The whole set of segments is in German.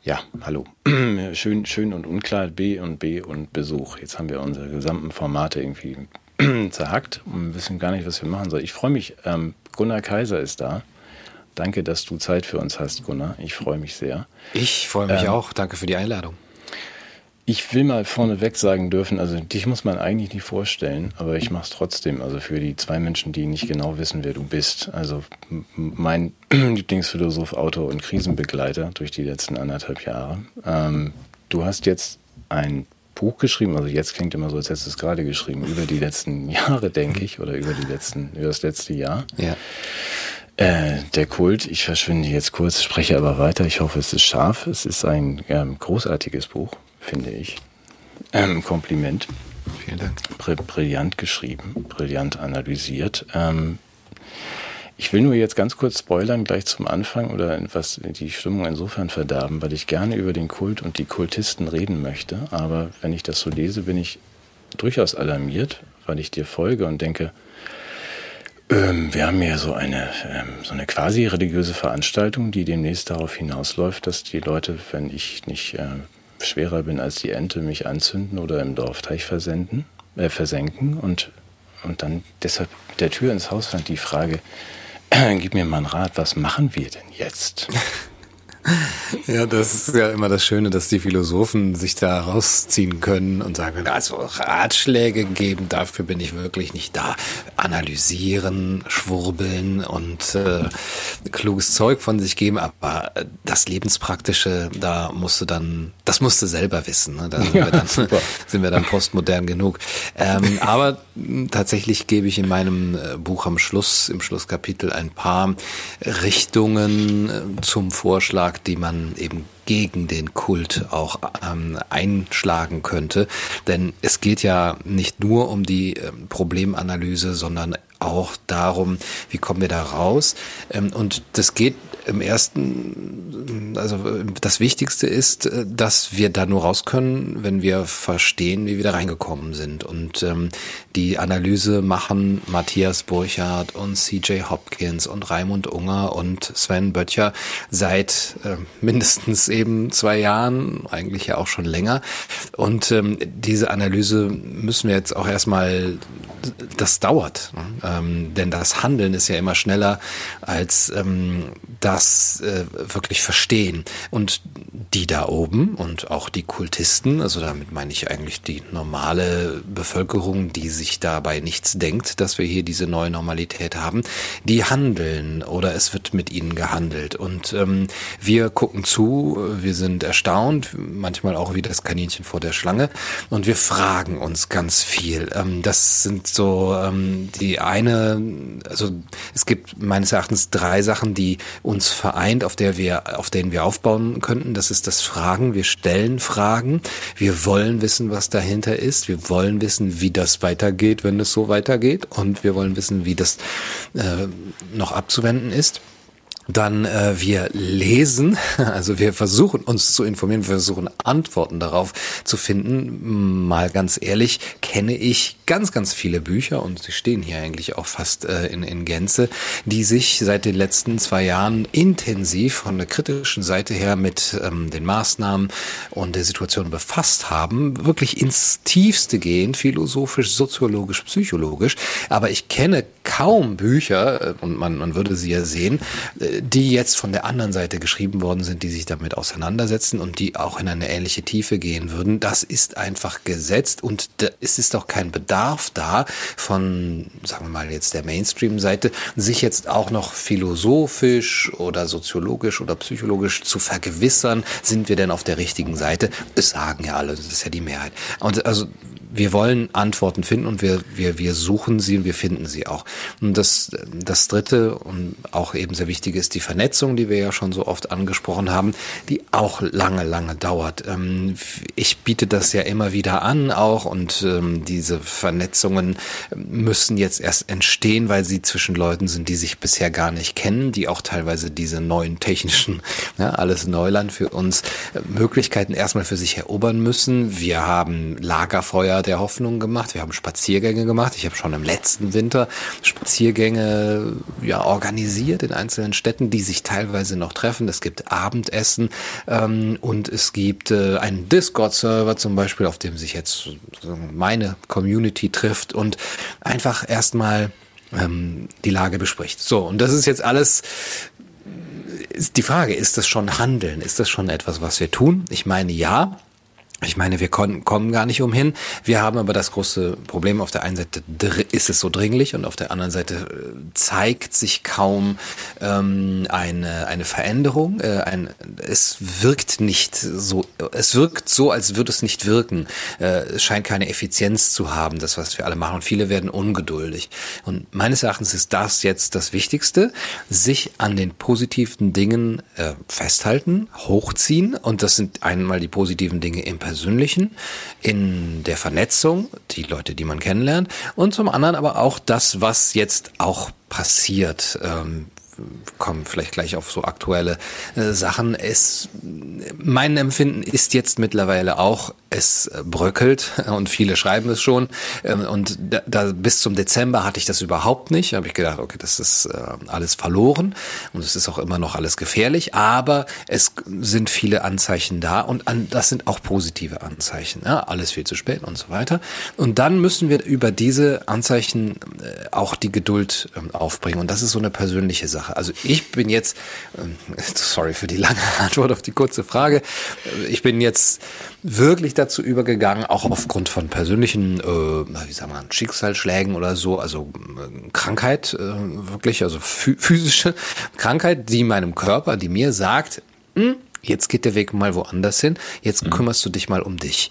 Ja, hallo. Schön und unklar, B und Besuch. Jetzt haben wir unsere gesamten Formate irgendwie zerhackt und wissen gar nicht, was wir machen sollen. Ich freue mich, Gunnar Kaiser ist da. Danke, dass du Zeit für uns hast, Gunnar. Ich freue mich sehr. Ich freue mich auch. Danke für die Einladung. Ich will mal vorneweg sagen dürfen, also dich muss man eigentlich nicht vorstellen, aber ich mache es trotzdem, also für die zwei Menschen, die nicht genau wissen, wer du bist. Also mein Lieblingsphilosoph, Autor und Krisenbegleiter durch die letzten 1,5 Jahre. Du hast jetzt ein Buch geschrieben, also jetzt klingt immer so, als hättest du es gerade geschrieben, über die letzten Jahre, denke ich, oder über das letzte Jahr. Ja. Der Kult, ich verschwinde jetzt kurz, spreche aber weiter, ich hoffe, es ist scharf. Es ist ein großartiges Buch, finde ich. Kompliment. Vielen Dank. Brillant geschrieben, brillant analysiert. Ich will nur jetzt ganz kurz spoilern, gleich zum Anfang oder etwas die Stimmung insofern verderben, weil ich gerne über den Kult und die Kultisten reden möchte. Aber wenn ich das so lese, bin ich durchaus alarmiert, weil ich dir folge und denke, wir haben ja so eine quasi religiöse Veranstaltung, die demnächst darauf hinausläuft, dass die Leute, wenn ich nicht schwerer bin als die Ente, mich anzünden oder im Dorfteich versenken und dann deshalb mit der Tür ins Haus fand die Frage, gib mir mal einen Rat, was machen wir denn jetzt? Ja, das ist ja immer das Schöne, dass die Philosophen sich da rausziehen können und sagen können, also Ratschläge geben, dafür bin ich wirklich nicht da. Analysieren, schwurbeln und kluges Zeug von sich geben, aber das Lebenspraktische, das musst du selber wissen. Ne? Da sind wir dann postmodern genug. Aber tatsächlich gebe ich in meinem Buch im Schlusskapitel ein paar Richtungen zum Vorschlag, die man eben gegen den Kult auch einschlagen könnte. Denn es geht ja nicht nur um die Problemanalyse, sondern auch darum, wie kommen wir da raus. Und das geht im ersten, also das Wichtigste ist, dass wir da nur raus können, wenn wir verstehen, wie wir da reingekommen sind. Und die Analyse machen Matthias Burchardt und C.J. Hopkins und Raimund Unger und Sven Böttcher seit mindestens eben 2 Jahren, eigentlich ja auch schon länger. Und diese Analyse müssen wir jetzt auch erstmal, das dauert, denn das Handeln ist ja immer schneller als das wirklich verstehen. Und die da oben und auch die Kultisten, also damit meine ich eigentlich die normale Bevölkerung, die sich dabei nichts denkt, dass wir hier diese neue Normalität haben, die handeln oder es wird mit ihnen gehandelt. Und wir gucken zu, wir sind erstaunt, manchmal auch wie das Kaninchen vor der Schlange und wir fragen uns ganz viel. Das sind so also es gibt meines Erachtens 3 Sachen, die uns vereint, auf denen wir aufbauen könnten. Das ist das Fragen. Wir stellen Fragen. Wir wollen wissen, was dahinter ist. Wir wollen wissen, wie das weitergeht, wenn es so weitergeht. Und wir wollen wissen, wie das noch abzuwenden ist. Dann wir lesen, also wir versuchen uns zu informieren, wir versuchen Antworten darauf zu finden. Mal ganz ehrlich, kenne ich ganz, ganz viele Bücher und sie stehen hier eigentlich auch fast in Gänze, die sich seit den letzten 2 Jahren intensiv von der kritischen Seite her mit den Maßnahmen und der Situation befasst haben, wirklich ins Tiefste gehen, philosophisch, soziologisch, psychologisch. Aber ich kenne kaum Bücher, und man würde sie ja sehen, die jetzt von der anderen Seite geschrieben worden sind, die sich damit auseinandersetzen und die auch in eine ähnliche Tiefe gehen würden. Das ist einfach gesetzt und es ist auch kein Bedarf da von, sagen wir mal jetzt der Mainstream-Seite, sich jetzt auch noch philosophisch oder soziologisch oder psychologisch zu vergewissern, sind wir denn auf der richtigen Seite? Das sagen ja alle, das ist ja die Mehrheit. Und also wir wollen Antworten finden und wir suchen sie und wir finden sie auch. Und das Dritte und auch eben sehr Wichtige ist die Vernetzung, die wir ja schon so oft angesprochen haben, die auch lange, lange dauert. Ich biete das ja immer wieder an auch und diese Vernetzungen müssen jetzt erst entstehen, weil sie zwischen Leuten sind, die sich bisher gar nicht kennen, die auch teilweise diese neuen technischen, alles Neuland für uns, Möglichkeiten erstmal für sich erobern müssen. Wir haben Lagerfeuer der Hoffnung gemacht. Wir haben Spaziergänge gemacht. Ich habe schon im letzten Winter Spaziergänge organisiert in einzelnen Städten, die sich teilweise noch treffen. Es gibt Abendessen und es gibt einen Discord-Server zum Beispiel, auf dem sich jetzt meine Community trifft und einfach erstmal die Lage bespricht. So, und das ist jetzt alles, ist die Frage, ist das schon Handeln? Ist das schon etwas, was wir tun? Ich meine, ja. Ich meine, wir kommen gar nicht umhin. Wir haben aber das große Problem, auf der einen Seite ist es so dringlich und auf der anderen Seite zeigt sich kaum eine Veränderung. Es wirkt so, als würde es nicht wirken. Es scheint keine Effizienz zu haben, das, was wir alle machen. Und viele werden ungeduldig. Und meines Erachtens ist das jetzt das Wichtigste, sich an den positiven Dingen festhalten, hochziehen. Und das sind einmal die positiven Dinge im Persönlichen, in der Vernetzung, die Leute, die man kennenlernt, und zum anderen aber auch das, was jetzt auch passiert. Kommen vielleicht gleich auf so aktuelle Sachen. Mein Empfinden ist jetzt mittlerweile auch, es bröckelt und viele schreiben es schon. Und da bis zum Dezember hatte ich das überhaupt nicht. Da habe ich gedacht, okay, das ist alles verloren und es ist auch immer noch alles gefährlich. Aber es sind viele Anzeichen da und das sind auch positive Anzeichen. Ja, alles viel zu spät und so weiter. Und dann müssen wir über diese Anzeichen auch die Geduld aufbringen. Und das ist so eine persönliche Sache. Also ich bin jetzt, sorry für die lange Antwort auf die kurze Frage, ich bin jetzt wirklich dazu übergegangen, auch aufgrund von persönlichen, Schicksalsschlägen oder so, also Krankheit, wirklich, also physische Krankheit, die meinem Körper, die mir sagt, jetzt geht der Weg mal woanders hin, jetzt kümmerst du dich mal um dich.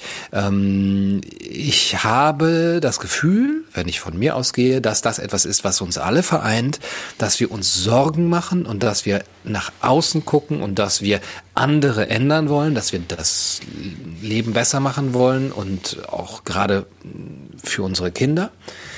Ich habe das Gefühl, wenn ich von mir ausgehe, dass das etwas ist, was uns alle vereint, dass wir uns Sorgen machen und dass wir nach außen gucken und dass wir andere ändern wollen, dass wir das Leben besser machen wollen und auch gerade für unsere Kinder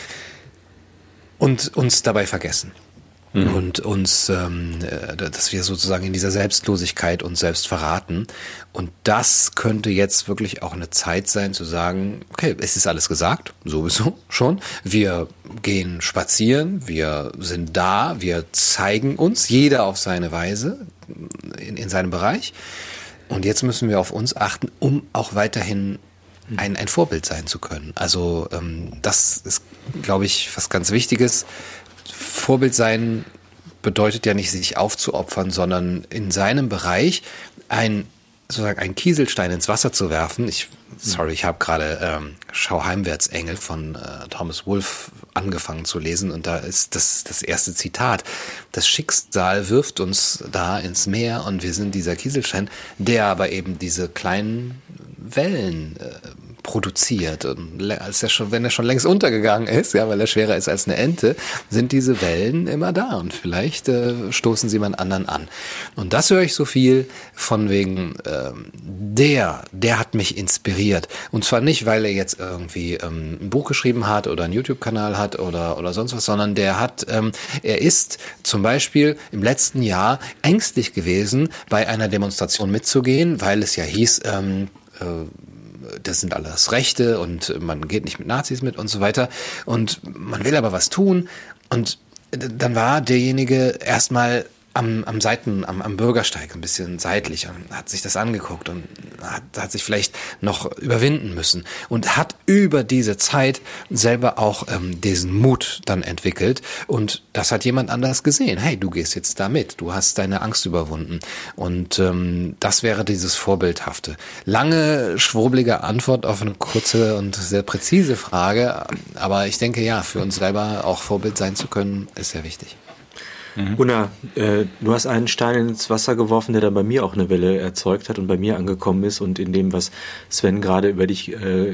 und uns dabei vergessen. Und uns, dass wir sozusagen in dieser Selbstlosigkeit uns selbst verraten. Und das könnte jetzt wirklich auch eine Zeit sein, zu sagen, okay, es ist alles gesagt, sowieso schon. Wir gehen spazieren, wir sind da, wir zeigen uns, jeder auf seine Weise, in seinem Bereich. Und jetzt müssen wir auf uns achten, um auch weiterhin ein Vorbild sein zu können. Also das ist, glaube ich, was ganz Wichtiges. Vorbild sein bedeutet ja nicht, sich aufzuopfern, sondern in seinem Bereich sozusagen einen Kieselstein ins Wasser zu werfen. Ich habe gerade Schau heimwärts, Engel von Thomas Wolfe angefangen zu lesen und da ist das erste Zitat. Das Schicksal wirft uns da ins Meer und wir sind dieser Kieselstein, der aber eben diese kleinen Wellen produziert. Und wenn er schon längst untergegangen ist, ja, weil er schwerer ist als eine Ente, sind diese Wellen immer da und vielleicht stoßen sie jemand anderen an. Und das höre ich so viel von wegen, der hat mich inspiriert. Und zwar nicht, weil er jetzt irgendwie ein Buch geschrieben hat oder einen YouTube-Kanal hat oder sonst was, sondern er ist zum Beispiel im letzten Jahr ängstlich gewesen, bei einer Demonstration mitzugehen, weil es ja hieß, das sind alles Rechte und man geht nicht mit Nazis mit und so weiter und man will aber was tun und dann war derjenige erstmal am Bürgersteig ein bisschen seitlich und hat sich das angeguckt und hat sich vielleicht noch überwinden müssen und hat über diese Zeit selber auch diesen Mut dann entwickelt und das hat jemand anders gesehen. Hey, du gehst jetzt da mit, du hast deine Angst überwunden und das wäre dieses Vorbildhafte. Lange, schwurbelige Antwort auf eine kurze und sehr präzise Frage, aber ich denke, ja, für uns selber auch Vorbild sein zu können, ist sehr wichtig. Gunnar, du hast einen Stein ins Wasser geworfen, der dann bei mir auch eine Welle erzeugt hat und bei mir angekommen ist und in dem, was Sven gerade über dich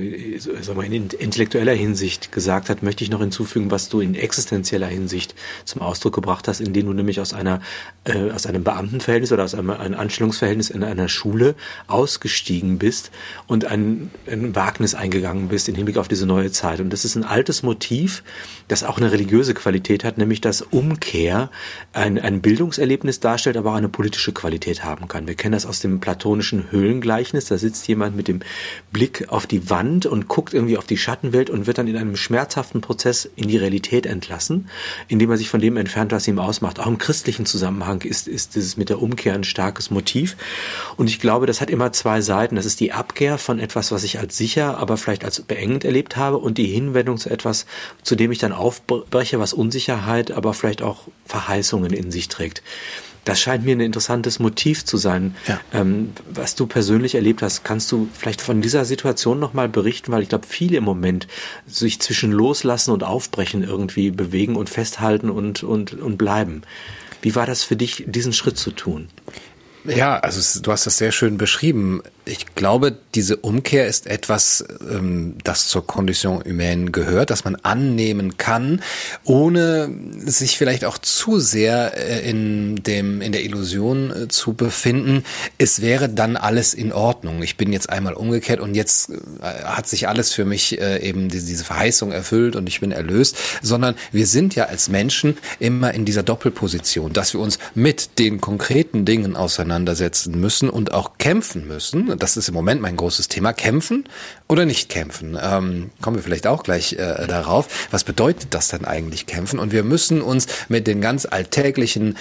in intellektueller Hinsicht gesagt hat, möchte ich noch hinzufügen, was du in existenzieller Hinsicht zum Ausdruck gebracht hast, indem du nämlich aus einem Beamtenverhältnis oder aus einem Anstellungsverhältnis in einer Schule ausgestiegen bist und ein Wagnis eingegangen bist im Hinblick auf diese neue Zeit. Und das ist ein altes Motiv, das auch eine religiöse Qualität hat, nämlich das Umkehr ein Bildungserlebnis darstellt, aber auch eine politische Qualität haben kann. Wir kennen das aus dem platonischen Höhlengleichnis. Da sitzt jemand mit dem Blick auf die Wand und guckt irgendwie auf die Schattenwelt und wird dann in einem schmerzhaften Prozess in die Realität entlassen, indem er sich von dem entfernt, was ihm ausmacht. Auch im christlichen Zusammenhang ist dieses mit der Umkehr ein starkes Motiv. Und ich glaube, das hat immer zwei Seiten. Das ist die Abkehr von etwas, was ich als sicher, aber vielleicht als beengend erlebt habe, und die Hinwendung zu etwas, zu dem ich dann aufbreche, was Unsicherheit, aber vielleicht auch Verheißungen in sich trägt. Das scheint mir ein interessantes Motiv zu sein. Ja. Was du persönlich erlebt hast, kannst du vielleicht von dieser Situation nochmal berichten, weil ich glaube, viele im Moment sich zwischen Loslassen und Aufbrechen irgendwie bewegen und festhalten und bleiben. Wie war das für dich, diesen Schritt zu tun? Ja, also du hast das sehr schön beschrieben. Ich glaube, diese Umkehr ist etwas, das zur Condition humaine gehört, das man annehmen kann, ohne sich vielleicht auch zu sehr in der Illusion zu befinden, es wäre dann alles in Ordnung. Ich bin jetzt einmal umgekehrt und jetzt hat sich alles für mich eben diese Verheißung erfüllt und ich bin erlöst, sondern wir sind ja als Menschen immer in dieser Doppelposition, dass wir uns mit den konkreten Dingen auseinandersetzen müssen und auch kämpfen müssen. Das ist im Moment mein großes Thema. Kämpfen oder nicht kämpfen? Kommen wir vielleicht auch gleich darauf. Was bedeutet das denn eigentlich, kämpfen? Und wir müssen uns mit den ganz alltäglichen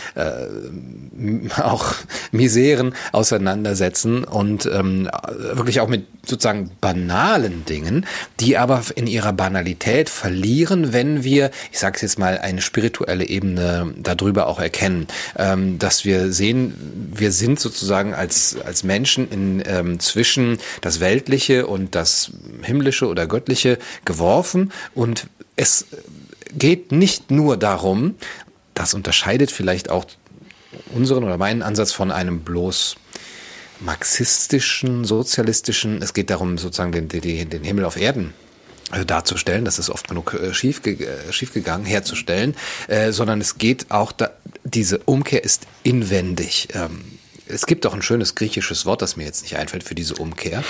auch Miseren auseinandersetzen und wirklich auch mit sozusagen banalen Dingen, die aber in ihrer Banalität verlieren, wenn wir, ich sage es jetzt mal, eine spirituelle Ebene darüber auch erkennen, dass wir sehen, wir sind sozusagen als Menschen zwischen das Weltliche und das Himmlische oder Göttliche geworfen, und es geht nicht nur darum, das unterscheidet vielleicht auch unseren oder meinen Ansatz von einem bloß marxistischen, sozialistischen, es geht darum, sozusagen den Himmel auf Erden darzustellen, das ist oft genug schiefgegangen, herzustellen, sondern es geht auch, diese Umkehr ist inwendig. Es gibt auch ein schönes griechisches Wort, das mir jetzt nicht einfällt für diese Umkehr.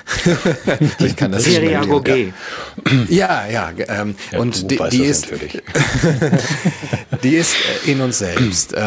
Ich kann das Seriagoge. Ja. Und die ist die ist in uns selbst.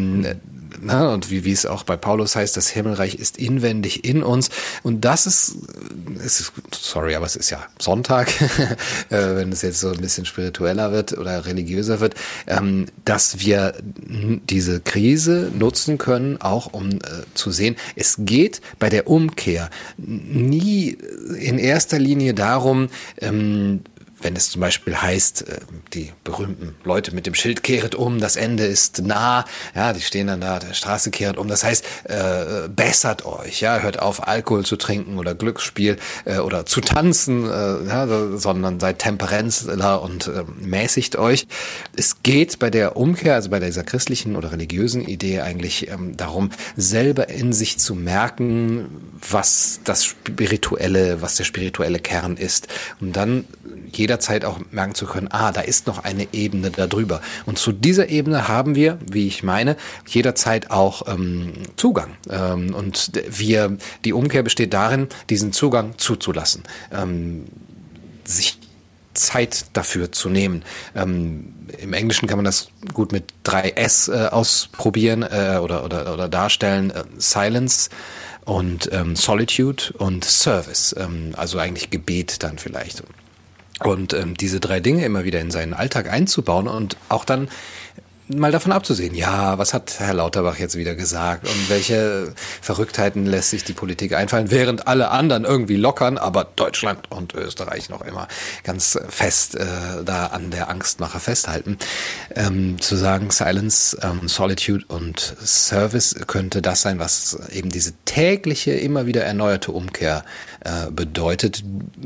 Und wie es auch bei Paulus heißt, das Himmelreich ist inwendig in uns. Und das ist sorry, aber es ist ja Sonntag, wenn es jetzt so ein bisschen spiritueller wird oder religiöser wird, dass wir diese Krise nutzen können, auch um zu sehen, es geht bei der Umkehr nie in erster Linie darum, wenn es zum Beispiel heißt, die berühmten Leute mit dem Schild kehret um, das Ende ist nah, ja, die stehen dann da, der Straße kehret um, das heißt, bessert euch, ja, hört auf, Alkohol zu trinken oder Glücksspiel oder zu tanzen, sondern seid Temperenzler und mäßigt euch. Es geht bei der Umkehr, also bei dieser christlichen oder religiösen Idee eigentlich darum, selber in sich zu merken, was der spirituelle Kern ist, und dann jederzeit auch merken zu können, da ist noch eine Ebene darüber. Und zu dieser Ebene haben wir, wie ich meine, jederzeit auch Zugang. Und die Umkehr besteht darin, diesen Zugang zuzulassen, sich Zeit dafür zu nehmen. Im Englischen kann man das gut mit 3S ausprobieren oder darstellen. Silence und Solitude und Service, also eigentlich Gebet dann vielleicht. Und diese drei Dinge immer wieder in seinen Alltag einzubauen und auch dann mal davon abzusehen, ja, was hat Herr Lauterbach jetzt wieder gesagt und welche Verrücktheiten lässt sich die Politik einfallen, während alle anderen irgendwie lockern, aber Deutschland und Österreich noch immer ganz fest da an der Angstmache festhalten. Zu sagen, Silence, Solitude und Service könnte das sein, was eben diese tägliche, immer wieder erneuerte Umkehr bedeutet,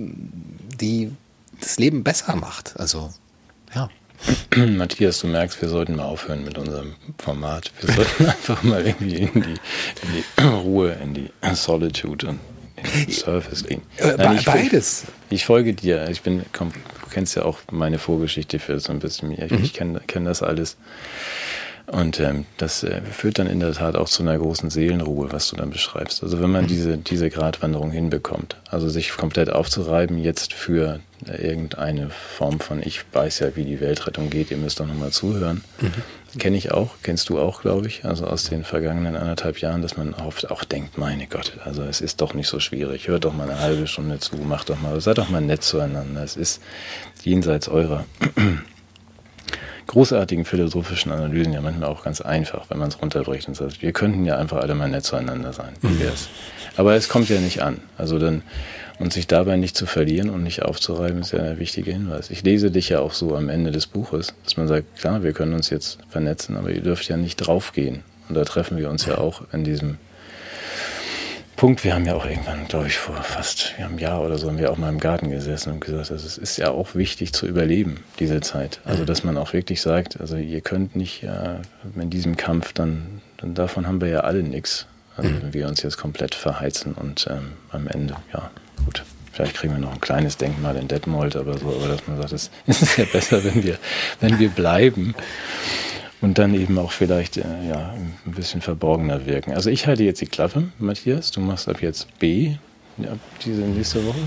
die das Leben besser macht. Also, ja. Matthias, du merkst, wir sollten mal aufhören mit unserem Format. Wir sollten einfach mal irgendwie in die Ruhe, in die Solitude und in den Service gehen. Beides. Ich folge dir. Du kennst ja auch meine Vorgeschichte für so ein bisschen. Ich kenne das alles. Und das führt dann in der Tat auch zu einer großen Seelenruhe, was du dann beschreibst. Also wenn man diese Gratwanderung hinbekommt, also sich komplett aufzureiben jetzt für irgendeine Form von, ich weiß ja, wie die Weltrettung geht, ihr müsst doch nochmal zuhören. Kenne ich auch, kennst du auch, glaube ich, also aus den vergangenen 1,5 Jahren, dass man oft auch denkt, meine Gott, also es ist doch nicht so schwierig, hört doch mal eine halbe Stunde zu, macht doch mal, seid doch mal nett zueinander. Es ist jenseits eurer großartigen philosophischen Analysen ja manchmal auch ganz einfach, wenn man es runterbricht und sagt, wir könnten ja einfach alle mal nett zueinander sein. Wie wär's? Aber es kommt ja nicht an. Also dann, und sich dabei nicht zu verlieren und nicht aufzureiben, ist ja ein wichtiger Hinweis. Ich lese dich ja auch so am Ende des Buches, dass man sagt, klar, wir können uns jetzt vernetzen, aber ihr dürft ja nicht draufgehen. Und da treffen wir uns ja auch in diesem Punkt. Wir haben ja auch irgendwann, glaube ich, vor fast einem Jahr oder so, haben wir auch mal im Garten gesessen und gesagt, also es ist ja auch wichtig zu überleben, diese Zeit. Also dass man auch wirklich sagt, also ihr könnt nicht in diesem Kampf, dann davon haben wir ja alle nichts. Also wenn wir uns jetzt komplett verheizen und am Ende, ja gut, vielleicht kriegen wir noch ein kleines Denkmal in Detmold, aber dass man sagt, es ist ja besser, wenn wir bleiben. Und dann eben auch vielleicht ein bisschen verborgener wirken. Also ich halte jetzt die Klappe, Matthias. Du machst ab jetzt B, diese nächste Woche.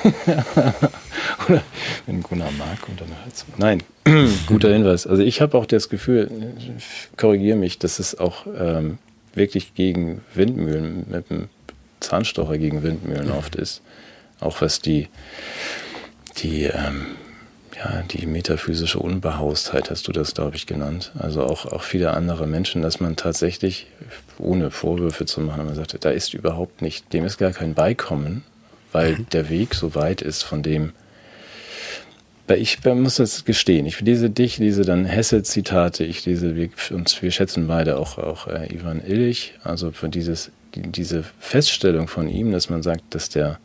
Oder wenn Gunnar mag. Und dann hört's. Nein, guter Hinweis. Also ich habe auch das Gefühl, korrigiere mich, dass es auch wirklich gegen Windmühlen, mit dem Zahnstocher gegen Windmühlen oft ist. Auch was die metaphysische Unbehaustheit, hast du das, glaube ich, genannt. Also auch viele andere Menschen, dass man tatsächlich, ohne Vorwürfe zu machen, man sagt, da ist überhaupt nicht, dem ist gar kein Beikommen, weil der Weg so weit ist von dem, weil ich muss das gestehen, ich lese dann Hesse-Zitate, wir schätzen beide auch Ivan Illich, also für diese Feststellung von ihm, dass man sagt, dass der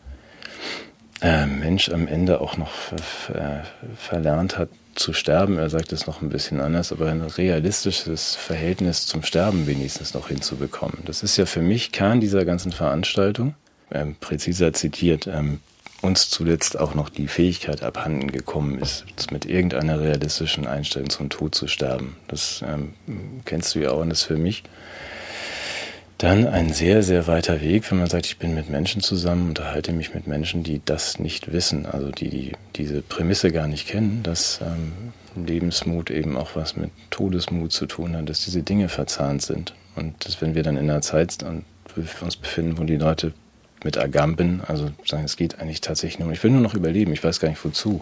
Mensch am Ende auch noch verlernt hat zu sterben. Er sagt es noch ein bisschen anders, aber ein realistisches Verhältnis zum Sterben wenigstens noch hinzubekommen. Das ist ja für mich Kern dieser ganzen Veranstaltung. Präziser zitiert, uns zuletzt auch noch die Fähigkeit abhanden gekommen ist, mit irgendeiner realistischen Einstellung zum Tod zu sterben. Das kennst du ja auch und das ist für mich dann ein sehr, sehr weiter Weg, wenn man sagt, ich bin mit Menschen zusammen, unterhalte mich mit Menschen, die das nicht wissen, also die diese Prämisse gar nicht kennen, dass Lebensmut eben auch was mit Todesmut zu tun hat, dass diese Dinge verzahnt sind. Und dass, wenn wir dann in einer Zeit uns befinden, wo die Leute mit Agamben, also sagen, es geht eigentlich tatsächlich nur, ich will nur noch überleben, ich weiß gar nicht wozu.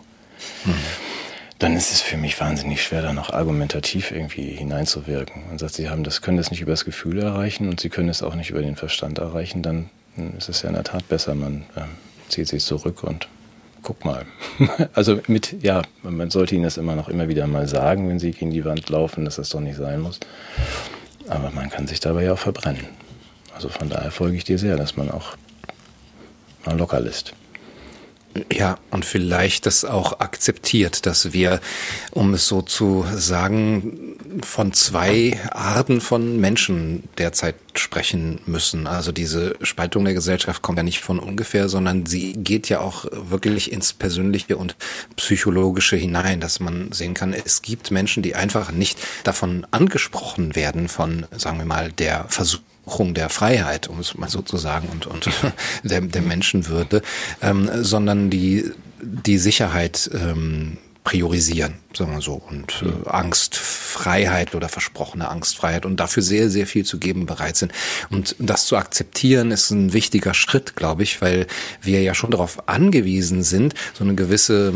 Dann ist es für mich wahnsinnig schwer, da noch argumentativ irgendwie hineinzuwirken. Man sagt, können das nicht über das Gefühl erreichen und sie können es auch nicht über den Verstand erreichen, dann ist es ja in der Tat besser, man zieht sich zurück und guck mal. Also man sollte ihnen das immer wieder mal sagen, wenn sie gegen die Wand laufen, dass das doch nicht sein muss. Aber man kann sich dabei ja auch verbrennen. Also von daher folge ich dir sehr, dass man auch mal locker lässt. Ja, und vielleicht das auch akzeptiert, dass wir, um es so zu sagen, von 2 Arten von Menschen derzeit sprechen müssen. Also diese Spaltung der Gesellschaft kommt ja nicht von ungefähr, sondern sie geht ja auch wirklich ins Persönliche und Psychologische hinein, dass man sehen kann, es gibt Menschen, die einfach nicht davon angesprochen werden, von, sagen wir mal, der Versuchung der Freiheit, um es mal so zu sagen, und der Menschenwürde, sondern die Sicherheit priorisieren, sagen wir so, und Angstfreiheit oder versprochene Angstfreiheit und dafür sehr, sehr viel zu geben bereit sind. Und das zu akzeptieren ist ein wichtiger Schritt, glaube ich, weil wir ja schon darauf angewiesen sind, so eine gewisse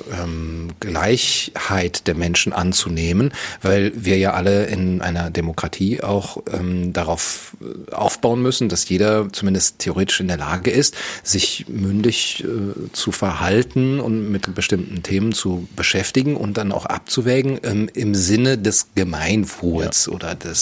Gleichheit der Menschen anzunehmen, weil wir ja alle in einer Demokratie auch darauf aufbauen müssen, dass jeder zumindest theoretisch in der Lage ist, sich mündig zu verhalten und mit bestimmten Themen zu beschäftigen und dann auch abzuwägen im Sinne des Gemeinwohls oder der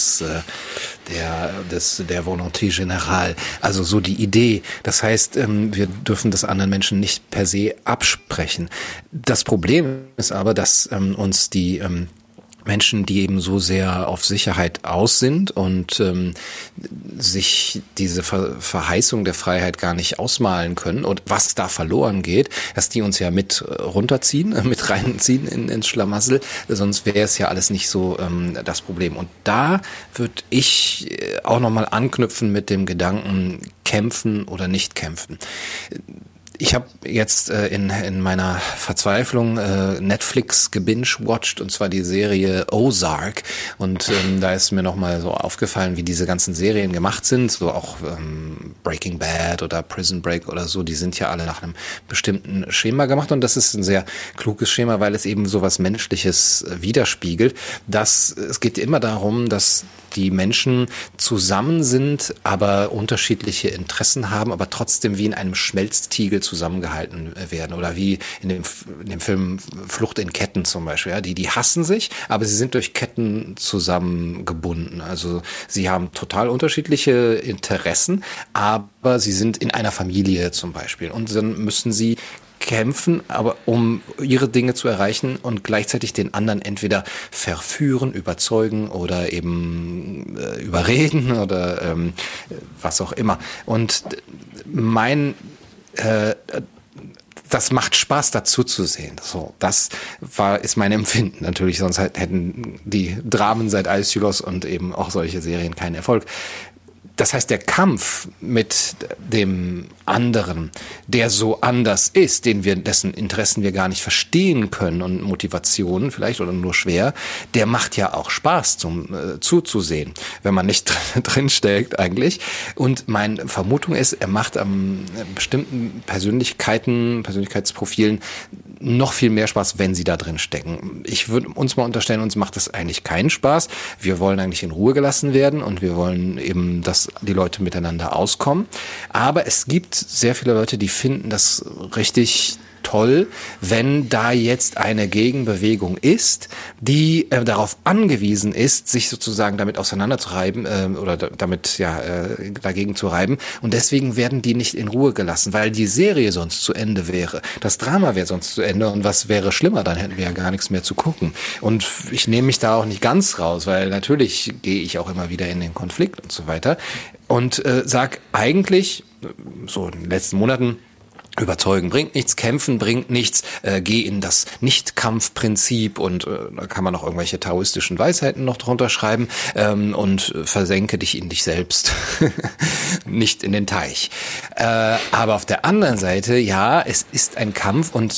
Volonté générale. Also so die Idee. Das heißt, wir dürfen das anderen Menschen nicht per se absprechen. Das Problem ist aber, dass uns die Menschen, die eben so sehr auf Sicherheit aus sind und sich diese Verheißung der Freiheit gar nicht ausmalen können und was da verloren geht, dass die uns ja mit runterziehen, mit reinziehen ins Schlamassel, sonst wäre es ja alles nicht so das Problem. Und da würde ich auch nochmal anknüpfen mit dem Gedanken, kämpfen oder nicht kämpfen. Ich habe jetzt in meiner Verzweiflung Netflix gebingewatcht, und zwar die Serie Ozark, und da ist mir nochmal so aufgefallen, wie diese ganzen Serien gemacht sind, so auch Breaking Bad oder Prison Break oder so, die sind ja alle nach einem bestimmten Schema gemacht, und das ist ein sehr kluges Schema, weil es eben so was Menschliches widerspiegelt. Es geht immer darum, dass die Menschen zusammen sind, aber unterschiedliche Interessen haben, aber trotzdem wie in einem Schmelztiegel zusammengehalten werden, oder wie in dem Film Flucht in Ketten zum Beispiel. Ja, die hassen sich, aber sie sind durch Ketten zusammengebunden. Also sie haben total unterschiedliche Interessen, aber sie sind in einer Familie zum Beispiel, und dann müssen sie kämpfen, aber um ihre Dinge zu erreichen und gleichzeitig den anderen entweder verführen, überzeugen oder eben überreden oder was auch immer. Und das macht Spaß, dazu zu sehen. So, ist mein Empfinden. Natürlich, sonst hätten die Dramen seit Aeschylus und eben auch solche Serien keinen Erfolg. Das heißt, der Kampf mit dem anderen, der so anders ist, dessen Interessen wir gar nicht verstehen können und Motivationen vielleicht oder nur schwer, der macht ja auch Spaß zuzusehen, wenn man nicht drin steckt eigentlich. Und meine Vermutung ist, er macht an bestimmten Persönlichkeitsprofilen noch viel mehr Spaß, wenn sie da drin stecken. Ich würde uns mal unterstellen, uns macht das eigentlich keinen Spaß. Wir wollen eigentlich in Ruhe gelassen werden und wir wollen eben, dass die Leute miteinander auskommen. Aber es gibt sehr viele Leute, die finden das richtig toll, wenn da jetzt eine Gegenbewegung ist, die darauf angewiesen ist, sich sozusagen damit auseinanderzureiben oder damit dagegen zu reiben, und deswegen werden die nicht in Ruhe gelassen, weil die Serie sonst zu Ende wäre. Das Drama wäre sonst zu Ende, und was wäre schlimmer, dann hätten wir ja gar nichts mehr zu gucken. Und ich nehme mich da auch nicht ganz raus, weil natürlich gehe ich auch immer wieder in den Konflikt und so weiter und sag eigentlich, so in den letzten Monaten, überzeugen bringt nichts, kämpfen bringt nichts, geh in das Nicht-Kampf-Prinzip, und da kann man noch irgendwelche taoistischen Weisheiten noch drunter schreiben, und versenke dich in dich selbst, nicht in den Teich. Aber auf der anderen Seite, ja, es ist ein Kampf, und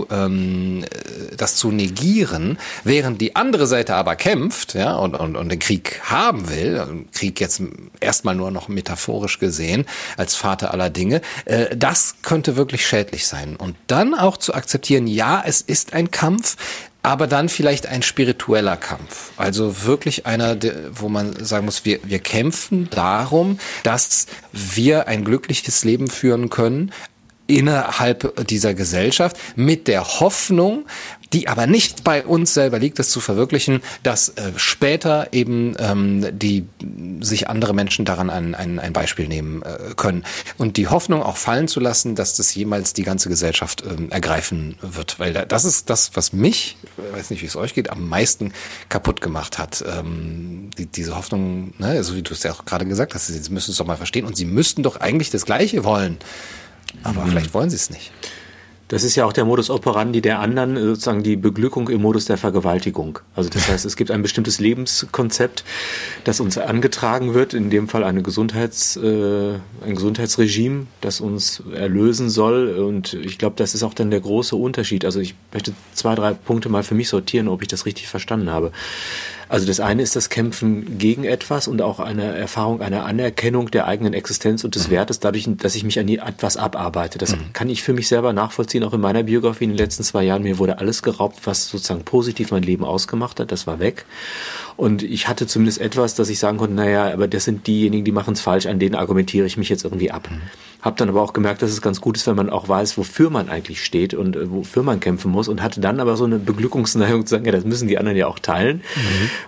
das zu negieren, während die andere Seite aber kämpft, ja, und den Krieg haben will, Krieg jetzt erstmal nur noch metaphorisch gesehen, als Vater aller Dinge, das könnte wirklich schädlich sein. Und dann auch zu akzeptieren, ja, es ist ein Kampf, aber dann vielleicht ein spiritueller Kampf. Also wirklich einer, wo man sagen muss, wir kämpfen darum, dass wir ein glückliches Leben führen können innerhalb dieser Gesellschaft, mit der Hoffnung, die aber nicht bei uns selber liegt, das zu verwirklichen, dass später eben die sich andere Menschen daran ein Beispiel nehmen können. Und die Hoffnung auch fallen zu lassen, dass das jemals die ganze Gesellschaft ergreifen wird. Weil das ist das, was mich, ich weiß nicht, wie es euch geht, am meisten kaputt gemacht hat. Diese Hoffnung, ne, also wie du es ja auch gerade gesagt hast, sie müssen es doch mal verstehen, und sie müssten doch eigentlich das Gleiche wollen. Aber vielleicht wollen sie es nicht. Das ist ja auch der Modus operandi der anderen, sozusagen die Beglückung im Modus der Vergewaltigung. Also das heißt, es gibt ein bestimmtes Lebenskonzept, das uns angetragen wird, in dem Fall ein Gesundheitsregime, das uns erlösen soll. Und ich glaube, das ist auch dann der große Unterschied. Also ich möchte 2, 3 Punkte mal für mich sortieren, ob ich das richtig verstanden habe. Also das eine ist das Kämpfen gegen etwas und auch eine Erfahrung, eine Anerkennung der eigenen Existenz und des Wertes dadurch, dass ich mich an etwas abarbeite. Das kann ich für mich selber nachvollziehen, auch in meiner Biografie in den letzten 2 Jahren. Mir wurde alles geraubt, was sozusagen positiv mein Leben ausgemacht hat. Das war weg. Und ich hatte zumindest etwas, dass ich sagen konnte, naja, aber das sind diejenigen, die machen es falsch, an denen argumentiere ich mich jetzt irgendwie ab. Habe dann aber auch gemerkt, dass es ganz gut ist, wenn man auch weiß, wofür man eigentlich steht und wofür man kämpfen muss, und hatte dann aber so eine Beglückungsneigung zu sagen, ja, das müssen die anderen ja auch teilen.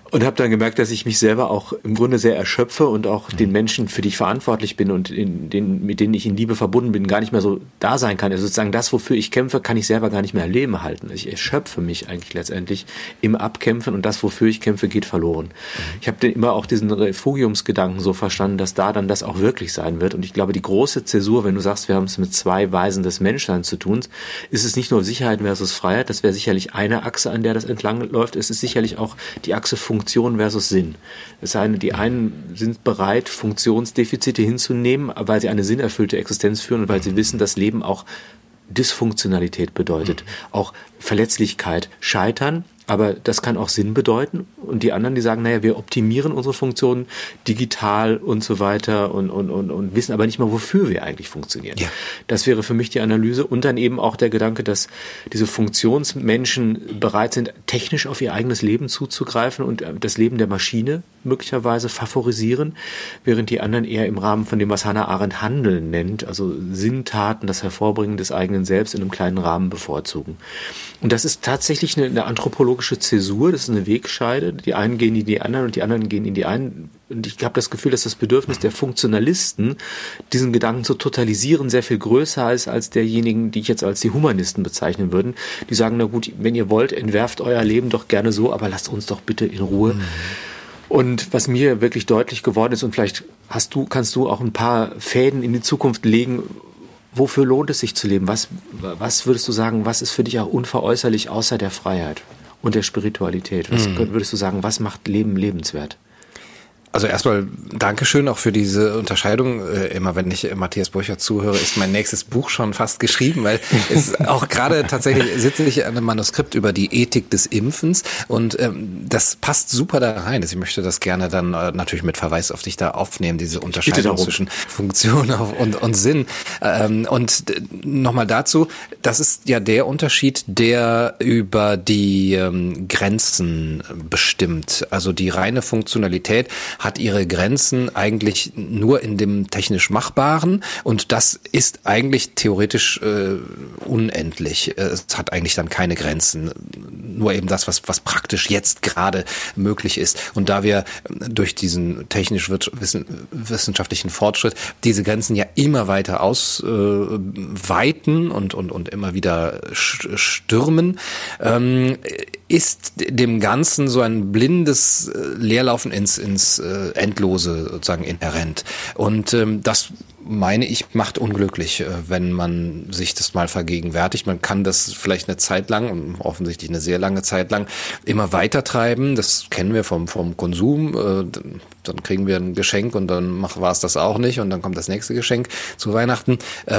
Und habe dann gemerkt, dass ich mich selber auch im Grunde sehr erschöpfe und auch den Menschen, für die ich verantwortlich bin und mit denen ich in Liebe verbunden bin, gar nicht mehr so da sein kann. Also sozusagen das, wofür ich kämpfe, kann ich selber gar nicht mehr am Leben halten. Ich erschöpfe mich eigentlich letztendlich im Abkämpfen und das, wofür ich kämpfe, geht verloren. Ich habe immer auch diesen Refugiumsgedanken so verstanden, dass da dann das auch wirklich sein wird. Und ich glaube, die große Zäsur, wenn du sagst, wir haben es mit zwei Weisen des Menschseins zu tun, ist es nicht nur Sicherheit versus Freiheit, das wäre sicherlich eine Achse, an der das entlang läuft. Es ist sicherlich auch die Achse Funktion versus Sinn. Das heißt, die einen sind bereit, Funktionsdefizite hinzunehmen, weil sie eine sinnerfüllte Existenz führen und weil sie wissen, dass Leben auch Dysfunktionalität bedeutet, auch Verletzlichkeit, Scheitern, aber das kann auch Sinn bedeuten. Und die anderen, die sagen, naja, wir optimieren unsere Funktionen digital und so weiter und wissen aber nicht mal, wofür wir eigentlich funktionieren. Ja. Das wäre für mich die Analyse. Und dann eben auch der Gedanke, dass diese Funktionsmenschen bereit sind, technisch auf ihr eigenes Leben zuzugreifen und das Leben der Maschine möglicherweise favorisieren, während die anderen eher im Rahmen von dem, was Hannah Arendt Handeln nennt, also Sinntaten, das Hervorbringen des eigenen Selbst in einem kleinen Rahmen bevorzugen. Und das ist tatsächlich eine anthropologische Zäsur, das ist eine Wegscheide. Die einen gehen in die anderen und die anderen gehen in die einen. Und ich habe das Gefühl, dass das Bedürfnis der Funktionalisten, diesen Gedanken zu totalisieren, sehr viel größer ist als derjenigen, die ich jetzt als die Humanisten bezeichnen würden. Die sagen, na gut, wenn ihr wollt, entwerft euer Leben doch gerne so, aber lasst uns doch bitte in Ruhe. Und was mir wirklich deutlich geworden ist, und vielleicht kannst du auch ein paar Fäden in die Zukunft legen, wofür lohnt es sich zu leben? Was würdest du sagen, was ist für dich auch unveräußerlich außer der Freiheit und der Spiritualität? Was würdest du sagen, was macht Leben lebenswert? Also erstmal Dankeschön auch für diese Unterscheidung. Immer wenn ich Matthias Burchardt zuhöre, ist mein nächstes Buch schon fast geschrieben, weil es auch gerade tatsächlich sitze ich an einem Manuskript über die Ethik des Impfens und das passt super da rein. Ich möchte das gerne dann natürlich mit Verweis auf dich da aufnehmen, diese Unterscheidung zwischen Funktion und Sinn. Und nochmal dazu, das ist ja der Unterschied, der über die Grenzen bestimmt. Also die reine Funktionalität hat ihre Grenzen eigentlich nur in dem technisch Machbaren und das ist eigentlich theoretisch unendlich. Es hat eigentlich dann keine Grenzen, nur eben das, was praktisch jetzt gerade möglich ist. Und da wir durch diesen technisch-wissenschaftlichen Fortschritt diese Grenzen ja immer weiter ausweiten und immer wieder stürmen, ist dem Ganzen so ein blindes Leerlaufen ins Endlose sozusagen inhärent. Und das meine ich, macht unglücklich, wenn man sich das mal vergegenwärtigt. Man kann das vielleicht eine Zeit lang, und offensichtlich eine sehr lange Zeit lang, immer weiter treiben. Das kennen wir vom Konsum. Dann kriegen wir ein Geschenk und dann war es das auch nicht und dann kommt das nächste Geschenk zu Weihnachten.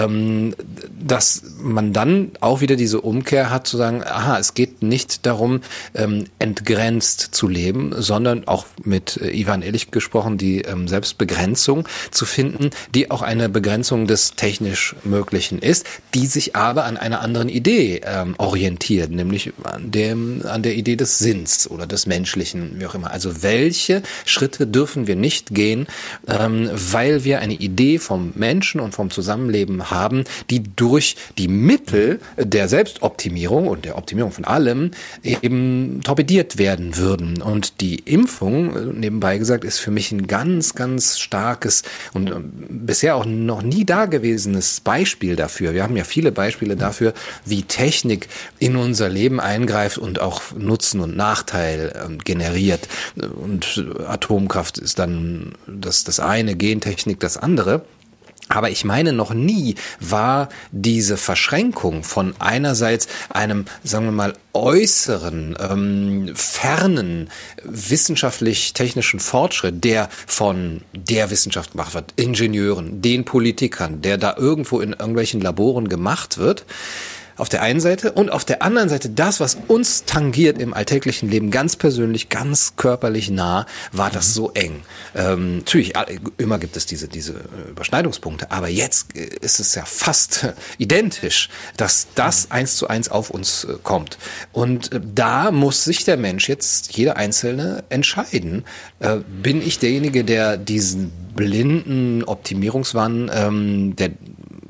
Dass man dann auch wieder diese Umkehr hat, zu sagen, aha, es geht nicht darum, entgrenzt zu leben, sondern auch mit Ivan Illich gesprochen, die Selbstbegrenzung zu finden, die auch eine Begrenzung des technisch Möglichen ist, die sich aber an einer anderen Idee orientiert, nämlich an der Idee des Sinns oder des Menschlichen, wie auch immer. Also welche Schritte dürfen wir nicht gehen, weil wir eine Idee vom Menschen und vom Zusammenleben haben, die durch die Mittel der Selbstoptimierung und der Optimierung von allem eben torpediert werden würden. Und die Impfung, nebenbei gesagt, ist für mich ein ganz, ganz starkes und bisher auch noch nie dagewesenes Beispiel dafür. Wir haben ja viele Beispiele dafür, wie Technik in unser Leben eingreift und auch Nutzen und Nachteil generiert. Und Atomkraft ist dann das eine, Gentechnik das andere. Aber ich meine, noch nie war diese Verschränkung von einerseits einem, sagen wir mal, äußeren, fernen wissenschaftlich-technischen Fortschritt, der von der Wissenschaft gemacht wird, Ingenieuren, den Politikern, der da irgendwo in irgendwelchen Laboren gemacht wird, auf der einen Seite und auf der anderen Seite das, was uns tangiert im alltäglichen Leben, ganz persönlich, ganz körperlich nah, war das so eng. Natürlich, immer gibt es diese Überschneidungspunkte, aber jetzt ist es ja fast identisch, dass das 1:1 auf uns kommt. Und da muss sich der Mensch jetzt, jeder Einzelne, entscheiden. Bin ich derjenige, der diesen blinden Optimierungswahn, der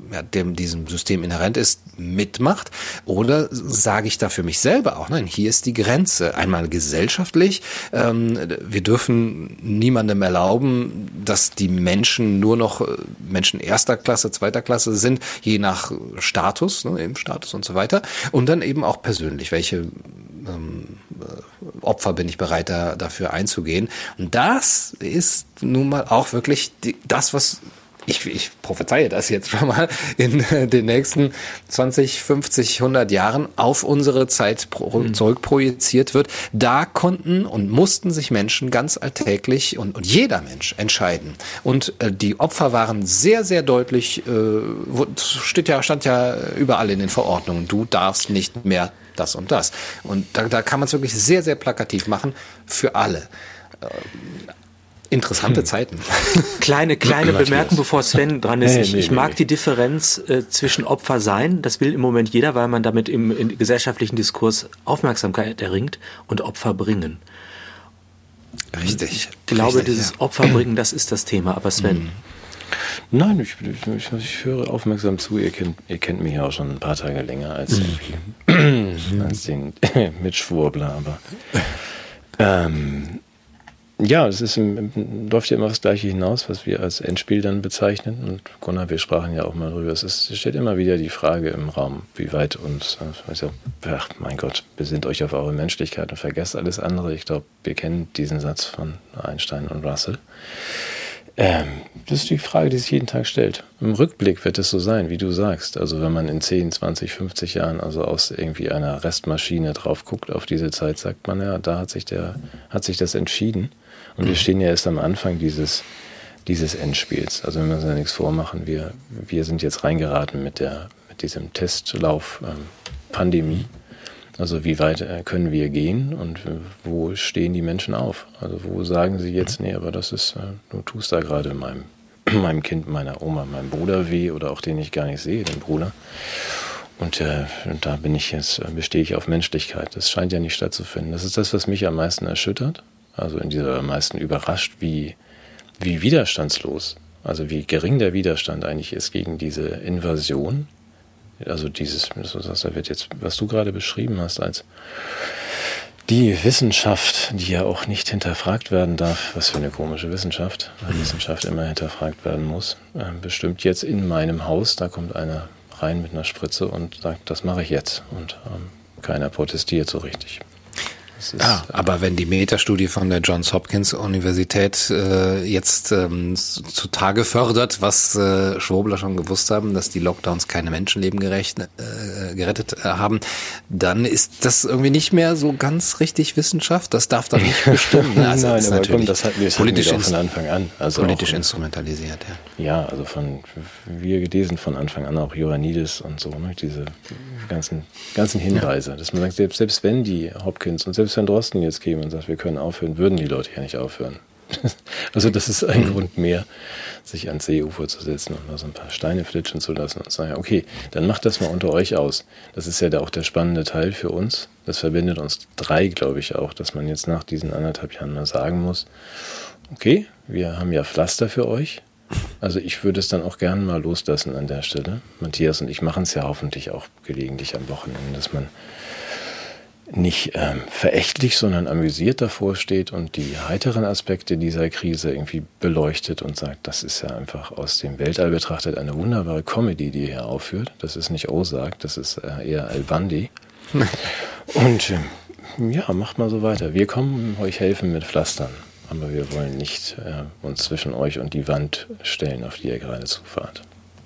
diesem System inhärent ist, mitmacht? Oder sage ich da für mich selber auch, nein, hier ist die Grenze. Einmal gesellschaftlich, wir dürfen niemandem erlauben, dass die Menschen nur noch Menschen erster Klasse, zweiter Klasse sind, je nach Status, eben Status und so weiter. Und dann eben auch persönlich, welche Opfer bin ich bereit, dafür einzugehen. Und das ist nun mal auch wirklich das, was ich prophezeie das jetzt schon mal, in den nächsten 20, 50, 100 Jahren auf unsere Zeit zurückprojiziert wird. Da konnten und mussten sich Menschen ganz alltäglich und jeder Mensch entscheiden. Und die Opfer waren sehr, sehr deutlich, stand ja überall in den Verordnungen, du darfst nicht mehr das und das. Und da kann man es wirklich sehr, sehr plakativ machen für alle. Interessante Zeiten. Kleine Bemerkung, bevor Sven dran ist. Ich mag die Differenz zwischen Opfer sein, das will im Moment jeder, weil man damit im gesellschaftlichen Diskurs Aufmerksamkeit erringt, und Opfer bringen. Richtig. Ich glaube, dieses Opfer bringen, das ist das Thema. Aber Sven? Nein, ich höre aufmerksam zu. Ihr kennt mich ja auch schon ein paar Tage länger als den Mitschwurbler. Aber ja, es läuft ja immer das Gleiche hinaus, was wir als Endspiel dann bezeichnen. Und Gunnar, wir sprachen ja auch mal drüber. Es steht immer wieder die Frage im Raum, wie weit uns, ach mein Gott, besinnt euch auf eure Menschlichkeit und vergesst alles andere. Ich glaube, wir kennen diesen Satz von Einstein und Russell. Das ist die Frage, die sich jeden Tag stellt. Im Rückblick wird es so sein, wie du sagst. Also wenn man in 10, 20, 50 Jahren also aus irgendwie einer Restmaschine drauf guckt auf diese Zeit, sagt man ja, da hat sich das entschieden. Und wir stehen ja erst am Anfang dieses Endspiels. Also wenn wir uns da nichts vormachen, wir sind jetzt reingeraten mit diesem Testlauf Pandemie. Also wie weit können wir gehen und wo stehen die Menschen auf? Also wo sagen sie jetzt, nee, aber das ist, du tust da gerade meinem Kind, meiner Oma, meinem Bruder weh, oder auch den ich gar nicht sehe, den Bruder. Und da bestehe ich auf Menschlichkeit. Das scheint ja nicht stattzufinden. Das ist das, was mich am meisten erschüttert. Also am meisten überrascht, wie widerstandslos, also wie gering der Widerstand eigentlich ist gegen diese Invasion. Also was du gerade beschrieben hast, als die Wissenschaft, die ja auch nicht hinterfragt werden darf, was für eine komische Wissenschaft, weil Wissenschaft immer hinterfragt werden muss, bestimmt jetzt in meinem Haus, da kommt einer rein mit einer Spritze und sagt, das mache ich jetzt. Und keiner protestiert so richtig. Aber wenn die Metastudie von der Johns Hopkins Universität jetzt zutage fördert, was Schwurbler schon gewusst haben, dass die Lockdowns keine Menschenleben gerettet haben, dann ist das irgendwie nicht mehr so ganz richtig Wissenschaft. Das darf dann nicht bestimmen. Also nein, aber komm, das hatten wir von Anfang an. Also politisch instrumentalisiert, ja. Ja, also wir lesen von Anfang an auch Ioannidis und so, ne, diese ganzen Hinweise, dass man sagt, selbst wenn die Hopkins und selbst wenn Drosten jetzt käme und sagt, wir können aufhören, würden die Leute ja nicht aufhören. Also das ist ein Grund mehr, sich ans Seeufer zu setzen und mal so ein paar Steine flitschen zu lassen und sagen, okay, dann macht das mal unter euch aus. Das ist ja auch der spannende Teil für uns. Das verbindet uns 3, glaube ich auch, dass man jetzt nach diesen 1,5 Jahren mal sagen muss, okay, wir haben ja Pflaster für euch. Also ich würde es dann auch gerne mal loslassen an der Stelle. Matthias und ich machen es ja hoffentlich auch gelegentlich am Wochenende, dass man nicht verächtlich, sondern amüsiert davor steht und die heiteren Aspekte dieser Krise irgendwie beleuchtet und sagt, das ist ja einfach aus dem Weltall betrachtet eine wunderbare Comedy, die ihr hier aufführt. Das ist nicht Ozark, das ist eher Al Bundy. Und ja, macht mal so weiter. Wir kommen euch helfen mit Pflastern. Aber wir wollen nicht uns zwischen euch und die Wand stellen, auf die ihr gerade zufahrt.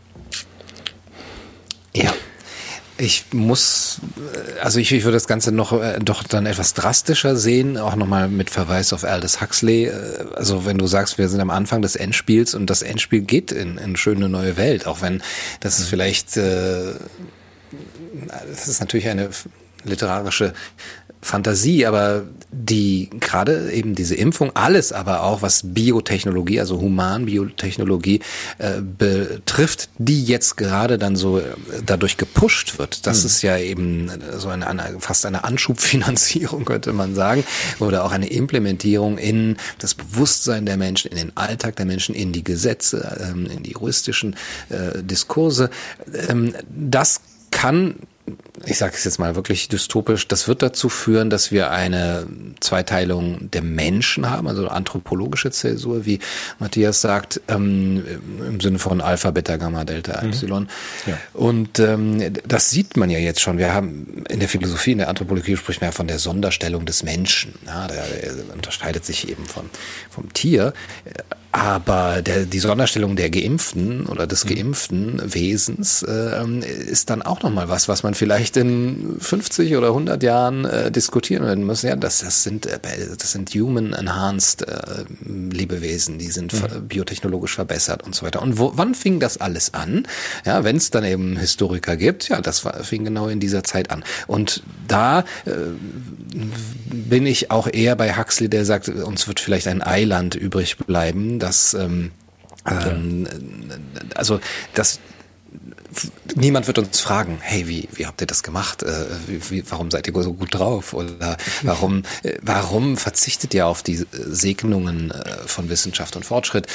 Ja, ich würde das Ganze doch dann etwas drastischer sehen, auch nochmal mit Verweis auf Aldous Huxley. Also wenn du sagst, wir sind am Anfang des Endspiels und das Endspiel geht in eine schöne neue Welt, auch wenn das vielleicht, das ist natürlich eine literarische Fantasie, aber gerade eben diese Impfung, alles aber auch, was Biotechnologie, also Humanbiotechnologie betrifft, die jetzt gerade dann so dadurch gepusht wird. Das ist ja eben so fast eine Anschubfinanzierung, könnte man sagen, oder auch eine Implementierung in das Bewusstsein der Menschen, in den Alltag der Menschen, in die Gesetze, in die juristischen Diskurse. Das kann, ich sage es jetzt mal wirklich dystopisch, das wird dazu führen, dass wir eine Zweiteilung der Menschen haben, also anthropologische Zäsur, wie Matthias sagt, im Sinne von Alpha, Beta, Gamma, Delta, Epsilon. Ja. Und das sieht man ja jetzt schon. Wir haben in der Philosophie, in der Anthropologie spricht man ja von der Sonderstellung des Menschen. Ja, der unterscheidet sich eben vom Tier. Aber die Sonderstellung der Geimpften oder des geimpften Wesens ist dann auch nochmal was man vielleicht in 50 oder 100 Jahren diskutieren werden muss. Ja, das sind human-enhanced Lebewesen, die sind biotechnologisch verbessert und so weiter. Und wann fing das alles an? Ja, wenn es dann eben Historiker gibt, ja, fing genau in dieser Zeit an. Und da bin ich auch eher bei Huxley, der sagt, uns wird vielleicht ein Eiland übrig bleiben, niemand wird uns fragen, hey, wie habt ihr das gemacht? Warum seid ihr so gut drauf? Oder warum verzichtet ihr auf die Segnungen von Wissenschaft und Fortschritt?